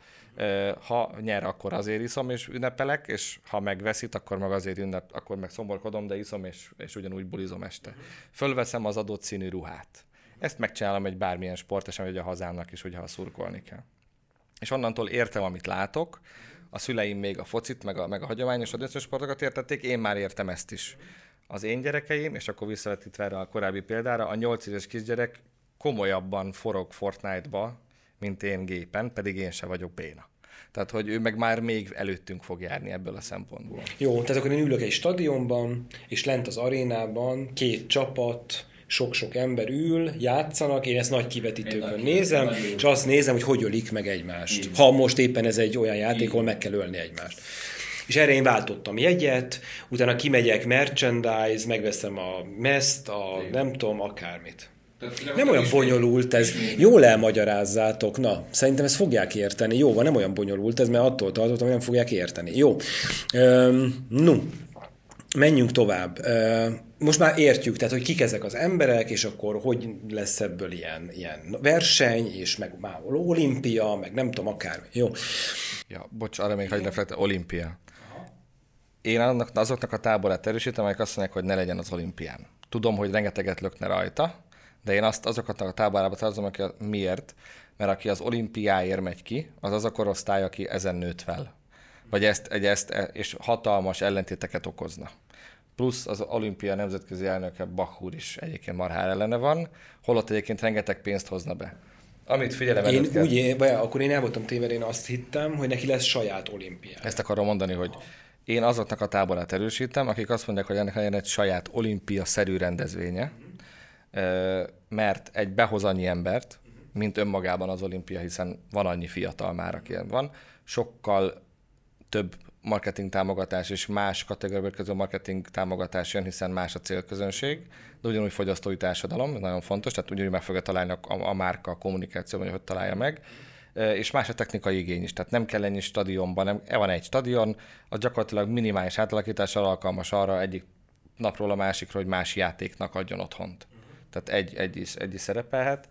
Ha nyer, akkor azért iszom és ünnepelek, és ha megveszít, akkor meg azért akkor meg szomorkodom, de iszom és ugyanúgy bulizom este. Fölveszem az adott színű ruhát. Ezt megcsinálom egy bármilyen sportesemény, vagy a hazámnak is, hogyha szurkolni kell. És onnantól értem, amit látok, a szüleim még a focit, meg a hagyományos sportokat értették, én már értem ezt is. Az én gyerekeim, és akkor visszavetítve erre a korábbi példára, a 8 éves kisgyerek komolyabban forog Fortnite-ba, mint én gépen, pedig én se vagyok béna. Tehát, hogy ő meg már még előttünk fog járni ebből a szempontból. Jó, tehát akkor én ülök egy stadionban, és lent az arénában 2 csapat, sok-sok ember ül, játszanak, én ezt nagy kivetítőkön nézem, és azt nézem, hogy ölik meg egymást. Ha most éppen ez egy olyan játék, ahol meg kell ölni egymást. És erre én váltottam jegyet, utána kimegyek merchandise, megveszem a mezt, nem tudom, akármit. Nem olyan bonyolult ez. Jól elmagyarázzátok. Na, szerintem ezt fogják érteni. Jó, van, nem olyan bonyolult ez, mert attól tartottam, hogy nem fogják érteni. Jó. No, menjünk tovább. Most már értjük, tehát, hogy kik ezek az emberek, és akkor hogy lesz ebből ilyen verseny, és meg már olimpia, meg nem tudom, akármi. Jó. Ja, bocs, arra még hagyj reflektálni, olimpia. Én azoknak a táborát erősítem, amelyek azt mondják, hogy ne legyen az olimpián. Tudom, hogy rengeteget lökne rajta, de én azokat a táborába tartozom, aki miért? Mert aki az olimpiáért megy ki, az a korosztály, aki ezen nőtt fel. Vagy és hatalmas ellentéteket okozna. Plusz az olimpia nemzetközi elnöke Bach úr is egyébként marhár ellene van, holott egyébként rengeteg pénzt hozna be. Amit figyelem akkor én el voltam tévedve, én azt hittem, hogy neki lesz saját olimpiája. Ezt akarom mondani, hogy én azoknak a táborát erősítem, akik azt mondják, hogy ennek legyen egy saját olimpia-szerű rendezvénye, mert egy behoz annyi embert, mint önmagában az olimpia, hiszen van annyi fiatal már, aki ilyen van, sokkal több marketing támogatás és más kategóriából közül marketing támogatás jön, hiszen más a célközönség, de ugyanúgy fogyasztói társadalom, nagyon fontos, tehát ugyanúgy meg fogja találni a márka, a kommunikációban, hogy találja meg, és más a technikai igény is, tehát nem kell ennyi stadionban, van egy stadion, az gyakorlatilag minimális átalakítással alkalmas arra egyik napról a másikra, hogy más játéknak adjon otthont. Tehát egy is szerepelhet.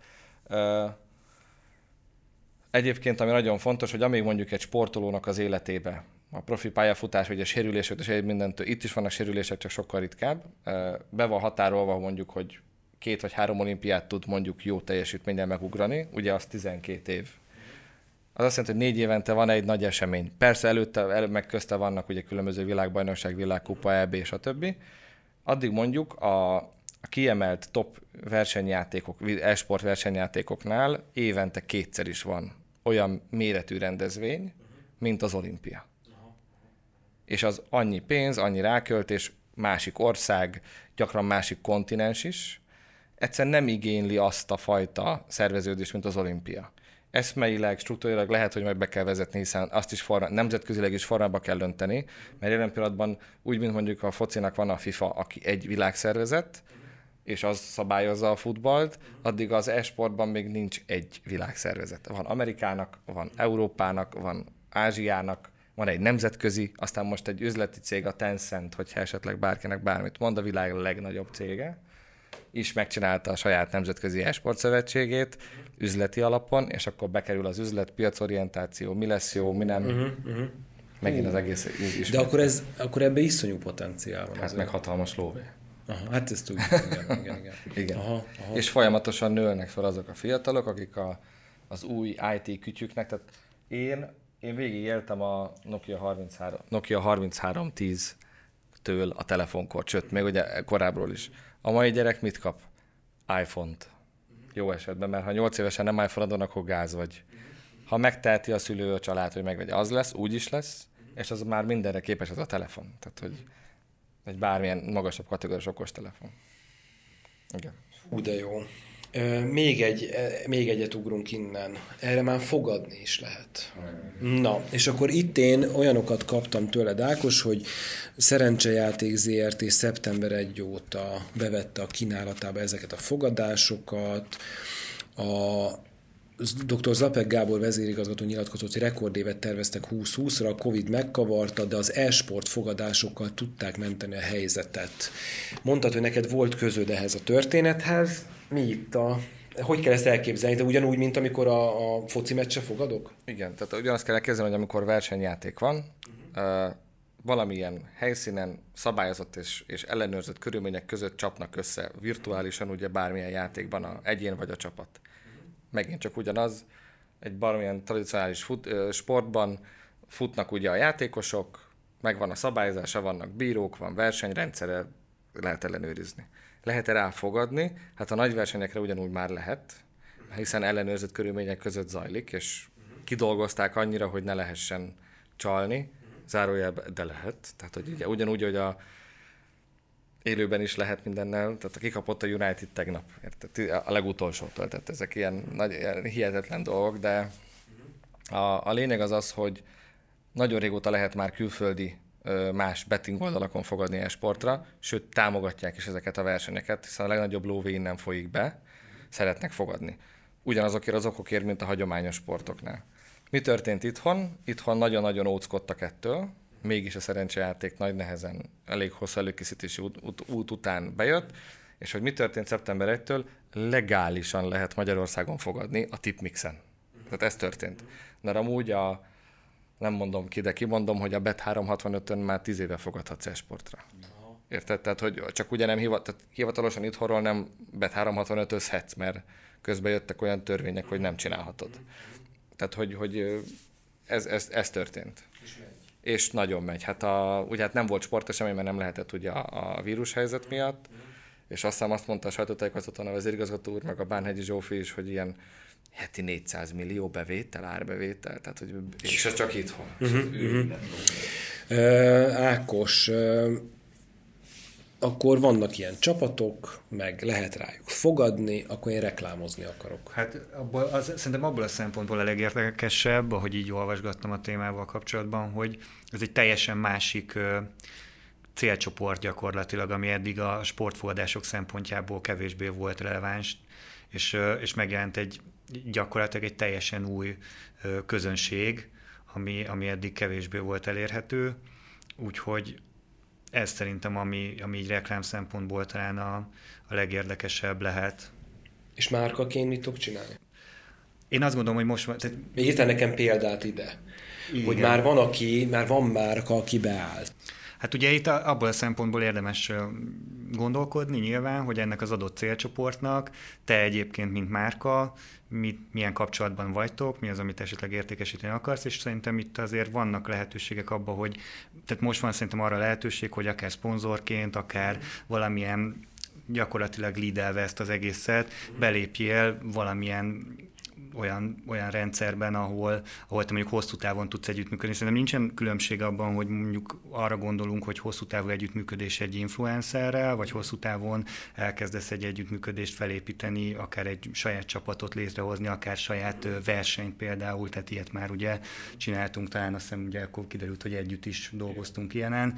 Egyébként, ami nagyon fontos, hogy amíg mondjuk egy sportolónak az életébe, a profi pályafutás, vagy a sérülések, és mindentől, itt is vannak sérülések, csak sokkal ritkább, be van határolva mondjuk, hogy 2 vagy 3 olimpiát tud mondjuk jó teljesítménnyel megugrani, ugye az 12 év. Az azt jelenti, hogy 4 évente van egy nagy esemény. Persze előtte, meg közte vannak ugye különböző világbajnokság, világkupa, EB és a többi. Addig mondjuk a kiemelt top versenyjátékok, e-sport versenyjátékoknál évente 2-szer is van olyan méretű rendezvény, mint az olimpia. És az annyi pénz, annyi ráköltés, másik ország, gyakran másik kontinens is, egyszerűen nem igényli azt a fajta szerveződést, mint az olimpia. Eszmeileg, struktúrilag lehet, hogy meg be kell vezetni, hiszen azt is nemzetközileg is formába kell önteni, mert jelen pillanatban úgy, mint mondjuk a focinak van a FIFA, aki egy világszervezet, és az szabályozza a futballt, addig az e-sportban még nincs egy világszervezet. Van Amerikának, van Európának, van Ázsiának, van egy nemzetközi, aztán most egy üzleti cég, a Tencent, hogyha esetleg bárkinek bármit mond, a világ legnagyobb cége, is megcsinálta a saját nemzetközi e-sport szövetségét üzleti alapon, és akkor bekerül az üzlet, piacorientáció, mi lesz jó, mi nem. Megint az egész is. De akkor ebben iszonyú potenciál van. Hát meg hatalmas lóvé. Aha, hát ezt tudjuk. Igen. Aha. És folyamatosan nőnek fel azok a fiatalok, akik az új IT kütyüknek, tehát én végig éltem a Nokia 3310-től a telefonkor, sőt, még ugye korábbról is. A mai gyerek mit kap? iPhone-t. Jó esetben, mert ha 8 évesen nem iPhone-adon, akkor gáz vagy. Ha megteheti a szülő, a család, hogy megvegye, az lesz, úgy is lesz, és az már mindenre képes az a telefon. Tehát, hogy egy bármilyen magasabb kategóriás okostelefon. Igen. Hú, de jó. Még egyet ugrunk innen. Erre már fogadni is lehet. Na, és akkor itt én olyanokat kaptam tőled, Ákos, hogy Szerencsejáték ZRT szeptember 1 óta bevette a kínálatába ezeket a fogadásokat. A dr. Zapek Gábor vezérigazgató nyilatkozott, hogy rekordévet terveztek 2020-ra, a Covid megkavarta, de az e-sport fogadásokkal tudták menteni a helyzetet. Mondtad, hogy neked volt közöd ehhez a történethez. Mi itt hogy kell ezt elképzelni? De ugyanúgy, mint amikor a foci meccse fogadok? Igen, tehát ugyanazt kell elképzelni, hogy amikor versenyjáték van, valamilyen helyszínen szabályozott és ellenőrzött körülmények között csapnak össze virtuálisan, ugye bármilyen játékban az egyén vagy a csapat. Megint csak ugyanaz, egy bármilyen tradicionális sportban futnak ugye a játékosok, megvan a szabályozása, vannak bírók, van versenyrendszere, lehet ellenőrizni. Lehet-e rá fogadni? Hát a nagy versenyekre ugyanúgy már lehet, hiszen ellenőrzött körülmények között zajlik, és kidolgozták annyira, hogy ne lehessen csalni, zárójelben, de lehet. Tehát, hogy ugye, ugyanúgy, hogy a élőben is lehet mindennel, tehát kikapott a United tegnap, érted? A legutolsótól, tehát ezek ilyen hihetetlen dolgok, de a lényeg az, hogy nagyon régóta lehet már külföldi más betting oldalakon fogadni e-sportra, sőt támogatják is ezeket a versenyeket, hiszen a legnagyobb lóvé innen folyik be, szeretnek fogadni. Ugyanazokért az okokért, mint a hagyományos sportoknál. Mi történt itthon? Itthon nagyon-nagyon óckodtak ettől, mégis a szerencsejáték nagy nehezen, elég hosszú előkészítési út után bejött, és hogy mi történt szeptember 1-től, legálisan lehet Magyarországon fogadni a tipmixen. Tehát ez történt. De amúgy nem mondom ki, de kimondom, hogy a Bet365-ön már 10 éve fogadhatsz e-sportra. Érted? Tehát, hogy csak ugye nem hivatalosan itthonról nem Bet365-özhetsz, mert közben jöttek olyan törvények, hogy nem csinálhatod. Tehát, hogy ez történt. És nagyon megy. Ugye hát nem volt sportesemény, mert nem lehetett ugye a vírushelyzet miatt, és aztán azt mondta a sajtótájékoztatón a vezérigazgató úr, meg a Bánhegyi Zsófi is, hogy ilyen heti 400 millió bevétel, árbevétel, tehát hogy és ez csak itthon. Ákos, akkor vannak ilyen csapatok, meg lehet rájuk fogadni, akkor én reklámozni akarok. Hát szerintem abból a szempontból a legérdekesebb, ahogy így olvasgattam a témával kapcsolatban, hogy ez egy teljesen másik célcsoport gyakorlatilag, ami eddig a sportfogadások szempontjából kevésbé volt releváns, és megjelent gyakorlatilag egy teljesen új közönség, ami eddig kevésbé volt elérhető, úgyhogy ez szerintem, ami így reklám szempontból talán a legérdekesebb lehet. És márkaként mit tudok csinálni? Én azt gondolom, hogy most... Írtál nekem példát ide, igen. Hogy már van márka, aki beáll. Hát ugye itt abból a szempontból érdemes gondolkodni nyilván, hogy ennek az adott célcsoportnak te egyébként, mint márka, milyen kapcsolatban vagytok, mi az, amit esetleg értékesíteni akarsz, és szerintem itt azért vannak lehetőségek abban, hogy tehát most van szerintem arra lehetőség, hogy akár szponzorként, akár valamilyen gyakorlatilag leadelve ezt az egészet, belépjél valamilyen olyan rendszerben, ahol te mondjuk hosszú távon tudsz együttműködni. Szerintem nincsen különbség abban, hogy mondjuk arra gondolunk, hogy hosszú távú együttműködés egy influencerrel, vagy hosszú távon elkezdesz egy együttműködést felépíteni, akár egy saját csapatot létrehozni, akár saját versenyt például, tehát ilyet már ugye csináltunk, talán azt hiszem, ugye akkor kiderült, hogy együtt is dolgoztunk ilyenen,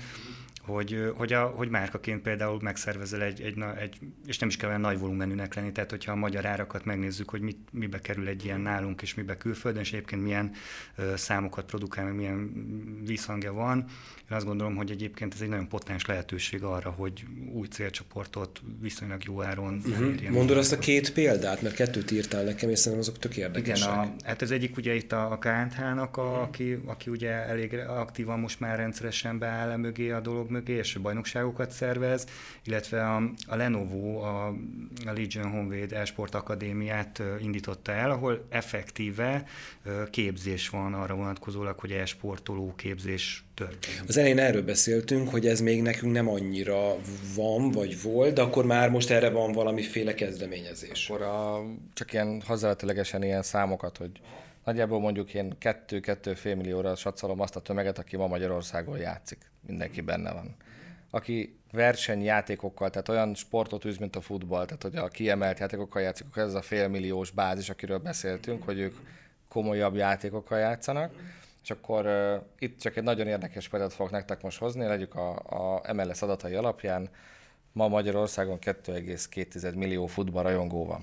hogy márkaként például megszervezel és nem is kell olyan nagy volumenűnek lenni, tehát hogyha a magyar árakat megnézzük, hogy mibe kerül egy ilyen nálunk és mibe külföldön, és egyébként milyen számokat produkál, meg milyen vízhangja van. Én azt gondolom, hogy egyébként ez egy nagyon potens lehetőség arra, hogy új célcsoportot viszonylag jó áron elérjen. Mondod azt a két példát, mert kettőt írtál nekem, és szerintem azok tök érdekesek. Igen, hát ez egyik ugye itt a KNH-nak, aki ugye elég aktívan most már rendszeresen beáll mögé a dolog mögé, és bajnokságokat szervez, illetve a Lenovo, a Legion Honvéd e-sport akadémiát indította el, ahol effektíve képzés van arra vonatkozólag, hogy e-sportoló képzés történik. Az elején erről beszéltünk, hogy ez még nekünk nem annyira van, vagy volt, de akkor már most erre van valamiféle kezdeményezés. Akkor csak ilyen hozzávetőlegesen ilyen számokat, hogy nagyjából mondjuk én 2-2,5 millióra satszolom azt a tömeget, aki ma Magyarországon játszik. Mindenki benne van. Aki versenyjátékokkal, tehát olyan sportot űz, mint a futball, tehát hogy a kiemelt játékokkal játszik, akkor ez a félmilliós bázis, akiről beszéltünk, hogy ők komolyabb játékokkal játszanak. És akkor itt csak egy nagyon érdekes példát fogok nektek most hozni, legyük a MLS adatai alapján. Ma Magyarországon 2,2 millió futballrajongó van.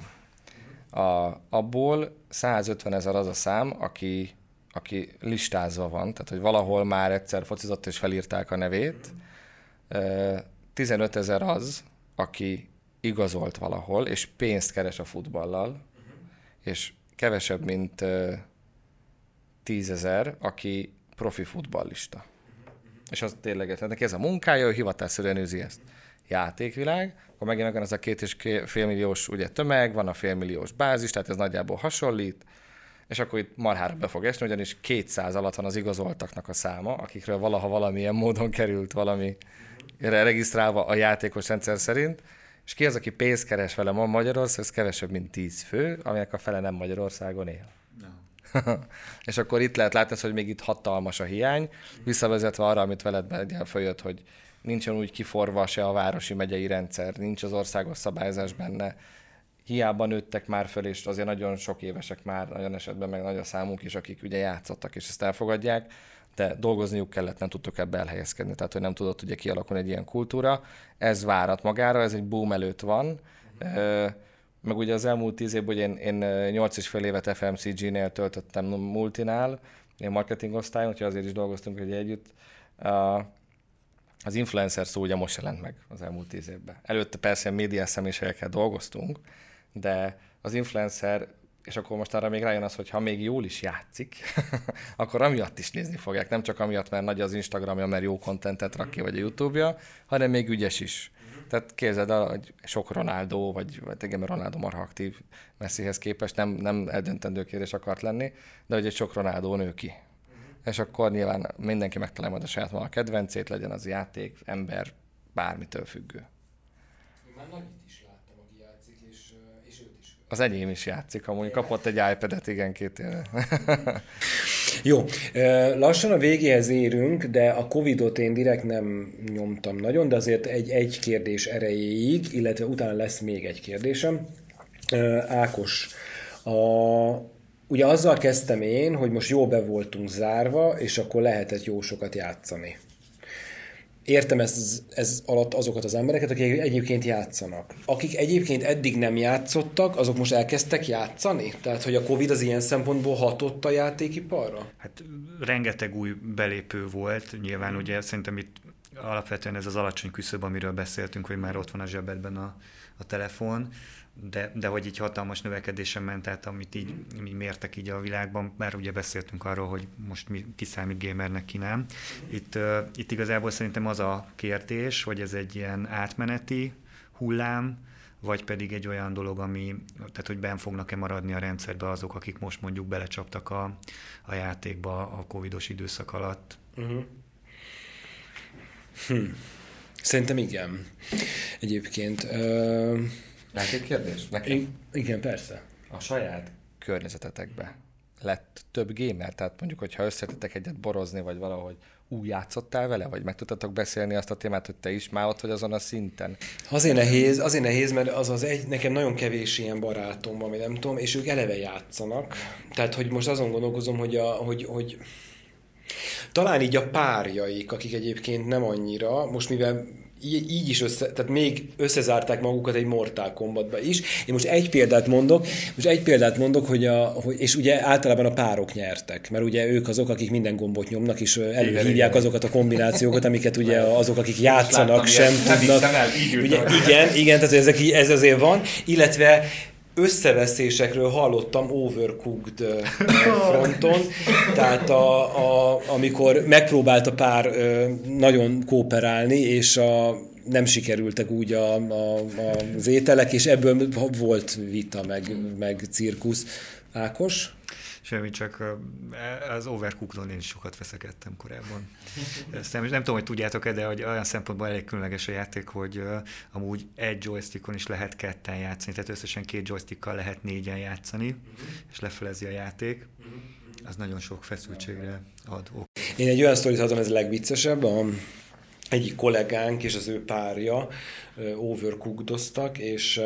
Abból 150 000 az a szám, aki listázva van, tehát hogy valahol már egyszer focizott és felírták a nevét. 15 000 az, aki igazolt valahol, és pénzt keres a futballal, és kevesebb, mint 10 000, aki profi futballista. És az tényleg, neki ez a munkája, ő hivatásszerűen űzi ezt. Játékvilág, akkor megint van ez a 2,5 milliós ugye, tömeg, van a félmilliós bázis, tehát ez nagyjából hasonlít, és akkor itt marhára be fog esni, ugyanis 200 alatt van az igazoltaknak a száma, akikről valaha valamilyen módon került valami regisztrálva a játékos rendszer szerint, és ki az, aki pénzt keres vele ma Magyarországon, ez kevesebb, mint 10 fő, aminek a fele nem Magyarországon él. No. És akkor itt lehet látni, hogy még itt hatalmas a hiány, visszavezetve arra, amit veled följött, hogy nincsen úgy kiforva se a városi megyei rendszer, nincs az országos szabályzás benne, hiába nőttek már föl, és azért nagyon sok évesek már, nagyon esetben meg nagy a számunk is, akik ugye játszottak, és ezt elfogadják, de dolgozniuk kellett, nem tudtuk ebbe elhelyezkedni, tehát hogy nem tudott ugye kialakulni egy ilyen kultúra. Ez várat magára, ez egy boom előtt van, meg ugye az elmúlt 10 évben, hogy én 8,5 évet FMCG-nél töltöttem multinál, én marketing osztályon, úgyhogy azért is dolgoztunk ugye együtt. Az influencer szó ugye most jelent meg az elmúlt 10 évben. Előtte persze médiás személyiségekkel dolgoztunk, de az influencer, és akkor most arra még rájön az, hogy ha még jól is játszik, akkor amiatt is nézni fogják. Nem csak amiatt, mert nagy az Instagramja, mert jó kontentet rak ki, vagy a YouTube-ja, hanem még ügyes is. Tehát képzeld el, hogy sok Ronaldo, vagy igen, mert Ronaldo marha aktív Messihez képest, nem eldöntendő kérdés akart lenni, de hogy egy sok Ronaldo nő ki. És akkor nyilván mindenki megtalálja majd a saját maga kedvencét, legyen az játék, ember, bármitől függő. Már nagyit is láttam, aki játszik, és őt is. Az enyém is játszik, amúgy kapott egy iPad-et, igen, 2 éve. Jó, lassan a végéhez érünk, de a Covid-ot én direkt nem nyomtam nagyon, de azért egy kérdés erejéig, illetve utána lesz még egy kérdésem. Ákos, ugye azzal kezdtem én, hogy most jó be voltunk zárva, és akkor lehetett jó sokat játszani. Értem ez alatt azokat az embereket, akik egyébként játszanak. Akik egyébként eddig nem játszottak, azok most elkezdtek játszani? Tehát, hogy a Covid az ilyen szempontból hatott a játékiparra? Hát rengeteg új belépő volt. Nyilván ugye szerintem itt alapvetően ez az alacsony küszöb, amiről beszéltünk, hogy már ott van a zsebedben a telefon, de hogy így hatalmas növekedésen ment, tehát amit így mértek így a világban, már ugye beszéltünk arról, hogy most ki számít gamernek, ki nem. Itt igazából szerintem az a kérdés, hogy ez egy ilyen átmeneti hullám, vagy pedig egy olyan dolog, tehát hogy benn fognak-e maradni a rendszerbe azok, akik most mondjuk belecsaptak a játékba a covidos időszak alatt. Uh-huh. Szerintem igen. Egyébként... Egy kérdés? Nekem? Igen, persze. A saját környezetetekbe lett több gamer? Tehát mondjuk, hogyha összetettek egyet borozni, vagy valahogy úgy játszottál vele, vagy meg tudtatok beszélni azt a témát, hogy te is már ott vagy azon a szinten? Azért nehéz, mert nekem nagyon kevés ilyen barátom van, nem tudom, és ők eleve játszanak. Tehát, hogy most azon gondolkozom, hogy talán így a párjaik, akik egyébként nem annyira, most mivel így is tehát még összezárták magukat egy Mortal Kombatba is. Én most egy példát mondok, hogy és ugye általában a párok nyertek, mert ugye ők azok, akik minden gombot nyomnak, és előhívják azokat a kombinációkat, amiket ugye azok, akik játszanak, sem tudnak. Ugye, igen, tehát ez azért van, illetve összeveszésekről hallottam Overcooked fronton, tehát amikor megpróbált a pár nagyon kooperálni, és nem sikerültek úgy az ételek, és ebből volt vita, meg cirkusz. Ákos? Semmi, csak az Overcookedon én is sokat veszekedtem korábban. Ezt nem tudom, hogy tudjátok-e, de hogy olyan szempontból elég különleges a játék, hogy amúgy egy joystickon is lehet 2-en játszani, tehát összesen 2 joystickkal lehet 4-en játszani, és lefelezi a játék. Az nagyon sok feszültségre ad. Én egy olyan sztorit adom, ez a legviccesebb, egyik kollégánk és az ő párja overcookedoztak, és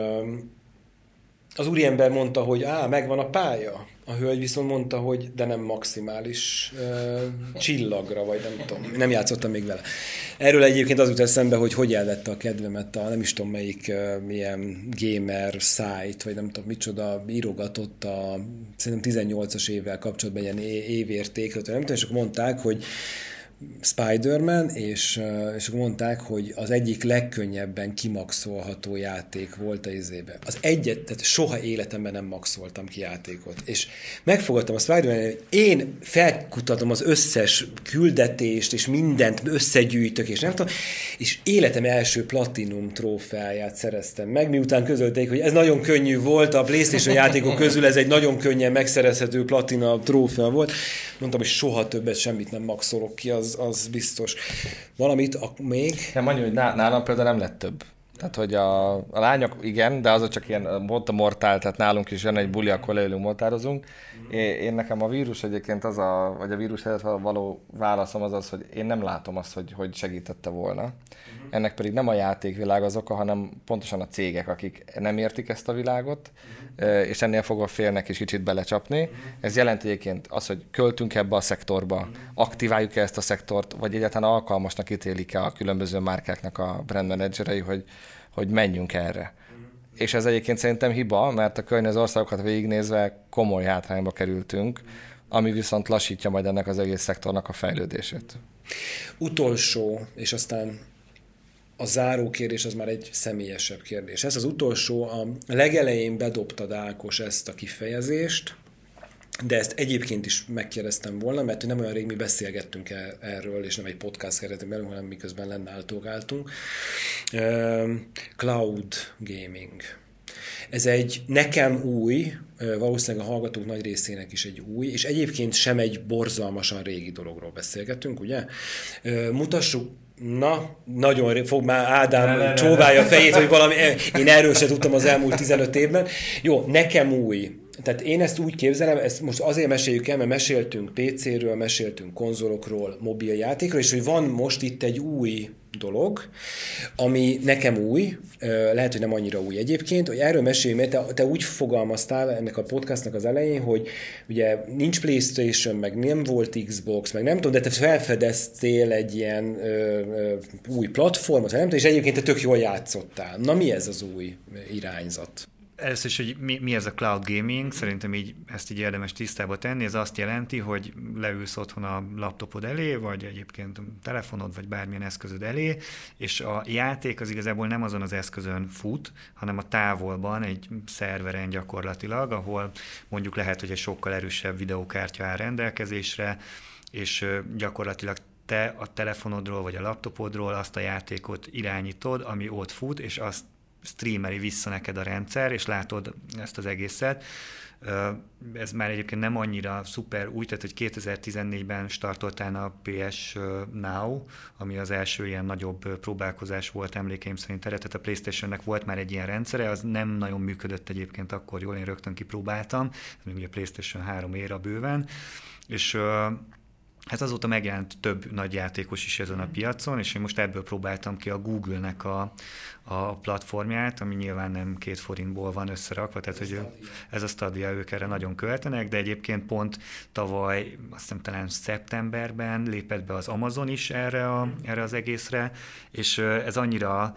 az úriember mondta, hogy megvan a pálya. A hölgy viszont mondta, hogy de nem maximális csillagra, vagy nem tudom, nem játszottam még vele. Erről egyébként az jut eszembe, hogy elvette a kedvemet nem is tudom melyik milyen gamer site, vagy nem tudom micsoda, írogatott szerintem 18-as évvel kapcsolatban ilyen évértékről, nem tudom, és akkor mondták, hogy Spider-Man, és akkor mondták, hogy az egyik legkönnyebben kimaxolható játék volt az izébe. Tehát soha életemben nem maxoltam ki játékot. És megfogadtam a Spider-Man, hogy én felkutatom az összes küldetést, és mindent összegyűjtök, és nem tudom, és életem első platinum trófeáját szereztem meg, miután közölték, hogy ez nagyon könnyű volt, a PlayStation játékok közül ez egy nagyon könnyen megszerezhető platina trófea volt. Mondtam, hogy soha többet semmit nem maxolok ki, az az biztos. Valamit még? Nem, mondja, hogy nálam például nem lett több. Tehát, hogy a lányok igen, de azok csak ilyen mortál, tehát nálunk is jön egy buli, akkor leülünk, mortározunk. Én nekem a vírus egyébként vagy a vírus helyett való válaszom az, hogy én nem látom azt, hogy segítette volna. Ennek pedig nem a játékvilág az oka, hanem pontosan a cégek, akik nem értik ezt a világot, és ennél fogva félnek is kicsit belecsapni. Ez jelenti egyébként az, hogy költünk ebbe a szektorba, aktiváljuk-e ezt a szektort, vagy egyáltalán alkalmasnak ítélik-e a különböző márkáknak a brand managerei, hogy menjünk erre. És ez egyébként szerintem hiba, mert a környező országokat végignézve komoly hátrányba kerültünk, ami viszont lassítja majd ennek az egész szektornak a fejlődését. Utolsó, és aztán a záró kérdés az már egy személyesebb kérdés. Ez az utolsó, a legelején bedobtad, Ákos, ezt a kifejezést, de ezt egyébként is megkérdeztem volna, mert nem olyan rég mi beszélgettünk erről, és nem egy podcast keretében belül, hanem miközben lennáltogáltunk. Cloud gaming. Ez egy nekem új, valószínűleg a hallgatók nagy részének is egy új, és egyébként sem egy borzalmasan régi dologról beszélgetünk, ugye? Mutassuk. Na, nagyon fog már Ádám csóválja a fejét, hogy valami, én erről sem tudtam az elmúlt 15 évben. Jó, nekem új. Tehát én ezt úgy képzelem, ezt most azért meséljük el, mert meséltünk PC-ről, meséltünk konzolokról, mobiljátékról, és hogy van most itt egy új dolog, ami nekem új, lehet, hogy nem annyira új egyébként, hogy erről mesélj, mert te úgy fogalmaztál ennek a podcastnak az elején, hogy ugye nincs PlayStation, meg nem volt Xbox, meg nem tudom, de te felfedeztél egy ilyen új platformot, nem tudom, és egyébként te tök jól játszottál. Na mi ez az új irányzat? Először is, hogy mi ez a cloud gaming, szerintem ezt így érdemes tisztába tenni. Ez azt jelenti, hogy leülsz otthon a laptopod elé, vagy egyébként a telefonod, vagy bármilyen eszközöd elé, és a játék az igazából nem azon az eszközön fut, hanem a távolban, egy szerveren gyakorlatilag, ahol mondjuk lehet, hogy egy sokkal erősebb videókártya áll rendelkezésre, és gyakorlatilag te a telefonodról, vagy a laptopodról azt a játékot irányítod, ami ott fut, és azt streameli vissza neked a rendszer, és látod ezt az egészet. Ez már egyébként nem annyira szuper új, tehát hogy 2014-ben startoltál a PS Now, ami az első ilyen nagyobb próbálkozás volt emlékeim szerint erre, tehát a PlayStation-nek volt már egy ilyen rendszere, az nem nagyon működött egyébként akkor jól, én rögtön kipróbáltam, ez még ugye PlayStation 3 éra bőven, és hát azóta megjelent több nagy játékos is ezen a piacon, és én most ebből próbáltam ki a Google-nek a platformját, ami nyilván nem 2 forintból van összerakva, tehát hogy ez a Stadia, ők erre nagyon költenek, de egyébként pont tavaly, azt hiszem talán szeptemberben lépett be az Amazon is erre az egészre, és ez annyira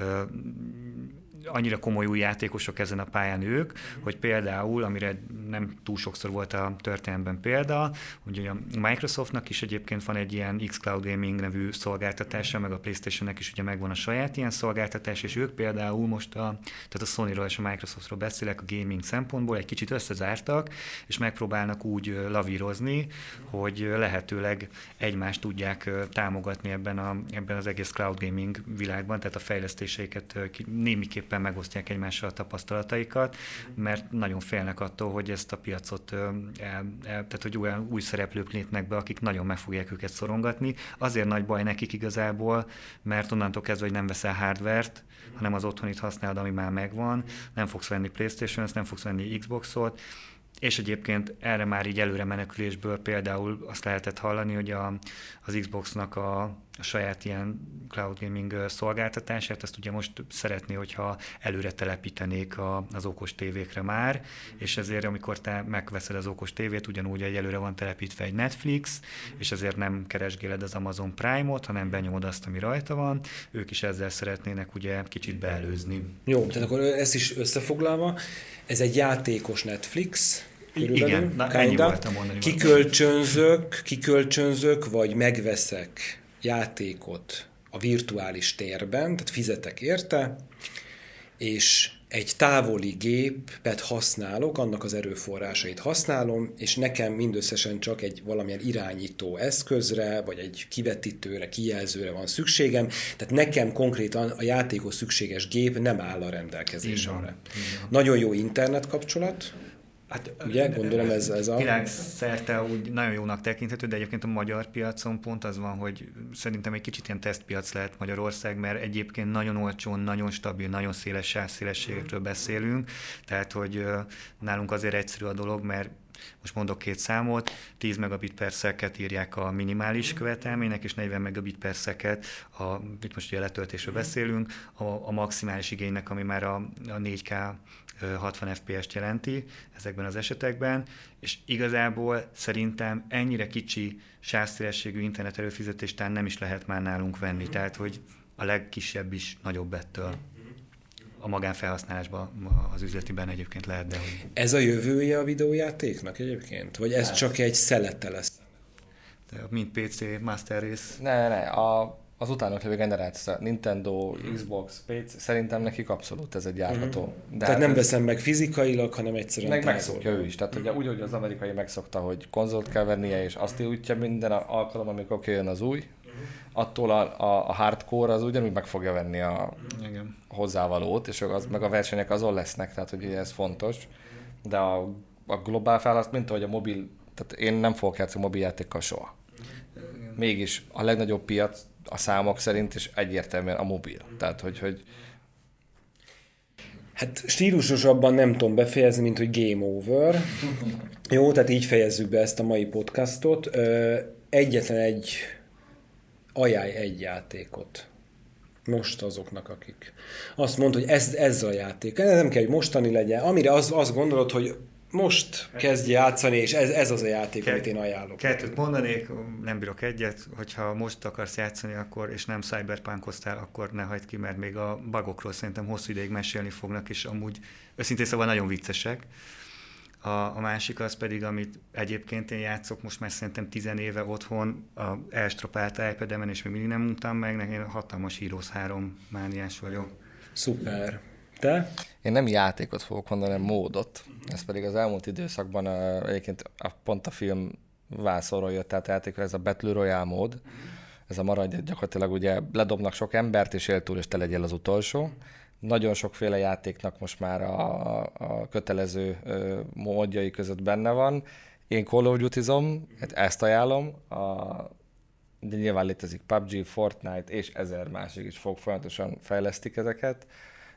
komoly új játékosok ezen a pályán ők, hogy például, amire nem túl sokszor volt a történelemben példa, hogy a Microsoftnak is egyébként van egy ilyen xCloud Gaming nevű szolgáltatása, meg a PlayStation-nek is ugye megvan a saját ilyen szolgáltatás, és ők például most tehát a Sony-ról és a Microsoftról beszélek a gaming szempontból, egy kicsit összezártak, és megpróbálnak úgy lavírozni, hogy lehetőleg egymást tudják támogatni ebben az egész cloud gaming világban, tehát a fejlesztéseiket némiképpen megosztják egymással a tapasztalataikat, mert nagyon félnek attól, hogy ezt a piacot, tehát hogy olyan új szereplők lépnek be, akik nagyon meg fogják őket szorongatni. Azért nagy baj nekik igazából, mert onnantól kezdve, hogy nem veszel hardvert, hanem az otthonit használod, ami már megvan, nem fogsz venni PlayStation-t, nem fogsz venni Xboxot, és egyébként erre már így előre menekülésből például azt lehetett hallani, hogy az Xboxnak a saját ilyen cloud gaming szolgáltatását, ezt ugye most szeretné, hogyha előre telepítenék az okos tévékre már, és ezért amikor te megveszed az okos tévét, ugyanúgy egy előre van telepítve egy Netflix, és ezért nem keresgéled az Amazon Prime-ot, hanem benyomod azt, ami rajta van. Ők is ezzel szeretnének ugye kicsit beelőzni. Jó, tehát akkor ezt is összefoglalva, ez egy játékos Netflix, körülbelül, igen, ennyi voltam mondani. Kikölcsönzök, vagy megveszek játékot a virtuális térben, tehát fizetek érte, és egy távoli gépet használok, annak az erőforrásait használom, és nekem mindösszesen csak egy valamilyen irányító eszközre, vagy egy kivetítőre, kijelzőre van szükségem, tehát nekem konkrétan a játékhoz szükséges gép nem áll a rendelkezésemre. Nagyon jó internet kapcsolat, Hát, ugye, gondolom ez a... Világszerte úgy nagyon jónak tekinthető, de egyébként a magyar piacon pont az van, hogy szerintem egy kicsit ilyen tesztpiac lehet Magyarország, mert egyébként nagyon olcsón, nagyon stabil, nagyon széles sávszélességekről beszélünk, tehát hogy nálunk azért egyszerű a dolog, mert most mondok 2 számot, 10 megabit per szeket írják a minimális követelménynek, és 40 megabit per szeket, itt most ugye letöltésről beszélünk, a maximális igénynek, ami már a 4K 60 FPS-t jelenti ezekben az esetekben, és igazából szerintem ennyire kicsi sávszélességű internet előfizetést talán nem is lehet már nálunk venni, tehát hogy a legkisebb is nagyobb ettől. A magánfelhasználásban, az üzletiben egyébként lehet, de hogy... Ez a jövője a videójátéknak egyébként? Vagy ez csak egy szelete lesz? Mint PC, Master Race? Ne, az utánok lévő generáció, Nintendo, Xbox, PC, szerintem nekik abszolút ez egy járható. De tehát nem veszem meg fizikailag, hanem egyszerűen... Meg megszokja ő is. Tehát ugye úgy, hogy az amerikai megszokta, hogy konzolt kell vennie, és azt útja minden alkalom, amikor kijön az új, attól a hardcore az ugyanúgy meg fogja venni a hozzávalót, és meg a versenyek azon lesznek, tehát hogy ez fontos. De a globál felhasználás, mint ahogy a mobil, tehát én nem fogok játszani mobiljátékkal soha. Mégis a legnagyobb piac a számok szerint, és egyértelműen a mobil. Tehát, hogy... Hát stílusosabban nem tudom befejezni, mint hogy game over. Jó, tehát így fejezzük be ezt a mai podcastot. Ajánlj egy játékot. Most azoknak, akik azt mondod, hogy ez a játék. Nem kell, hogy mostani legyen. Amire azt gondolod, hogy most kezdj játszani, és ez az a játék, amit én ajánlok. 2 mondanék, nem bírok egyet, hogyha most akarsz játszani, és nem cyberpunkoztál, akkor ne hagyd ki, mert még a bugokról szerintem hosszú ideig mesélni fognak, és amúgy őszintén szóval nagyon viccesek. A másik az pedig, amit egyébként én játszok most már szerintem 10 éve otthon, elstropált iPad-emen, és még mindig nem mondtam meg, nekem hatalmas Heroes 3 mániás vagyok. Szuper. Te? Én nem játékot fogok mondani, hanem módot. Ez pedig az elmúlt időszakban egyébként pont a film vászorról jött át a játékra, ez a Battle Royale mód. Ez a maradj, gyakorlatilag ugye ledobnak sok embert, és él túl, és te legyél az utolsó. Nagyon sokféle játéknak most már a kötelező módjai között benne van. Én Call of Duty-zom, ezt ajánlom. De nyilván létezik PUBG, Fortnite és 1000 másik is folyamatosan fejlesztik ezeket.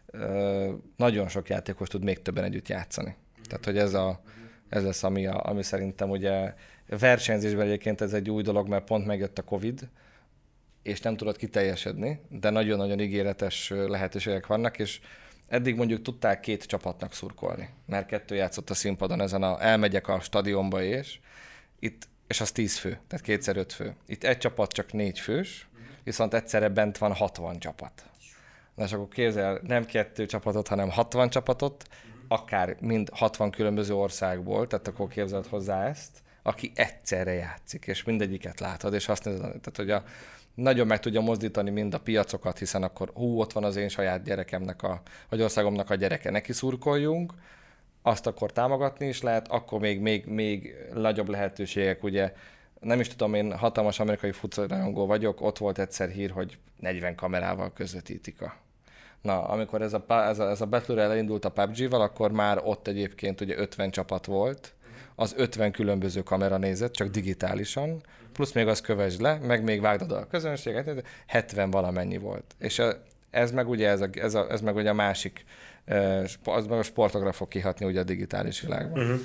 Nagyon sok játékos tud még többen együtt játszani. Tehát, hogy ez lesz, ami szerintem ugye versenyzésben egyébként ez egy új dolog, mert pont megjött a Covid, és nem tudod kiteljesedni, de nagyon-nagyon ígéretes lehetőségek vannak, és eddig mondjuk tudták 2 csapatnak szurkolni, mert 2 játszott a színpadon, elmegyek a stadionba és az 10 fő, tehát 2x5 fő. Itt egy csapat csak 4 fős, viszont egyszerre bent van 60 csapat. Na és akkor képzel, nem 2 csapatot, hanem 60 csapatot, akár mind 60 különböző országból, tehát akkor képzeld hozzá ezt, aki egyszerre játszik, és mindegyiket látod, és azt nézed, tehát hogy nagyon meg tudja mozdítani mind a piacokat, hiszen akkor ott van az én saját gyerekemnek, vagy országomnak a gyereke, neki szurkoljunk, azt akkor támogatni is lehet, akkor még nagyobb lehetőségek, ugye, nem is tudom, én hatalmas amerikai futballrajongó vagyok, ott volt egyszer hír, hogy 40 kamerával közvetítik Na, amikor ez a Battle Royale elindult a PUBG-val, akkor már ott egyébként ugye 50 csapat volt, az 50 különböző kamera nézett, csak digitálisan, plusz még azt kövesd le, meg még vágdad a közönséget, 70 valamennyi volt. És ez meg ugye, ez meg ugye a másik, az meg a sportogra fog kihatni ugye a digitális világban. Uh-huh.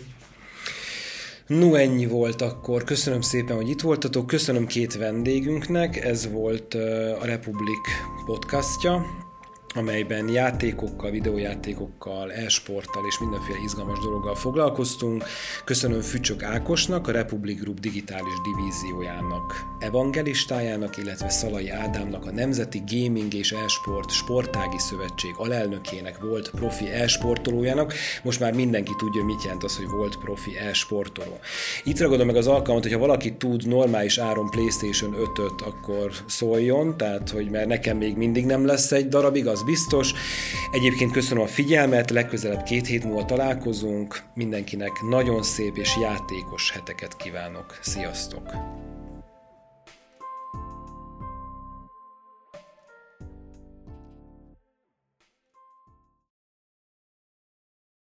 No, ennyi volt akkor. Köszönöm szépen, hogy itt voltatok. Köszönöm 2 vendégünknek. Ez volt a Republik podcastja, amelyben játékokkal, videójátékokkal, e-sporttal és mindenféle izgalmas dologgal foglalkoztunk. Köszönöm Fücsök Ákosnak, a Republic Group digitális divíziójának evangelistájának, illetve Szalai Ádámnak, a Nemzeti Gaming és e-sport sportági szövetség alelnökének, volt profi e-sportolójának. Most már mindenki tudja, mit jelent az, hogy volt profi e-sportoló. Itt ragadom meg az alkalmat, hogyha valaki tud normális áron PlayStation 5-öt, akkor szóljon, tehát, hogy mert nekem még mindig nem lesz egy darabig, az biztos. Egyébként köszönöm a figyelmet, legközelebb 2 hét múlva találkozunk. Mindenkinek nagyon szép és játékos heteket kívánok. Sziasztok!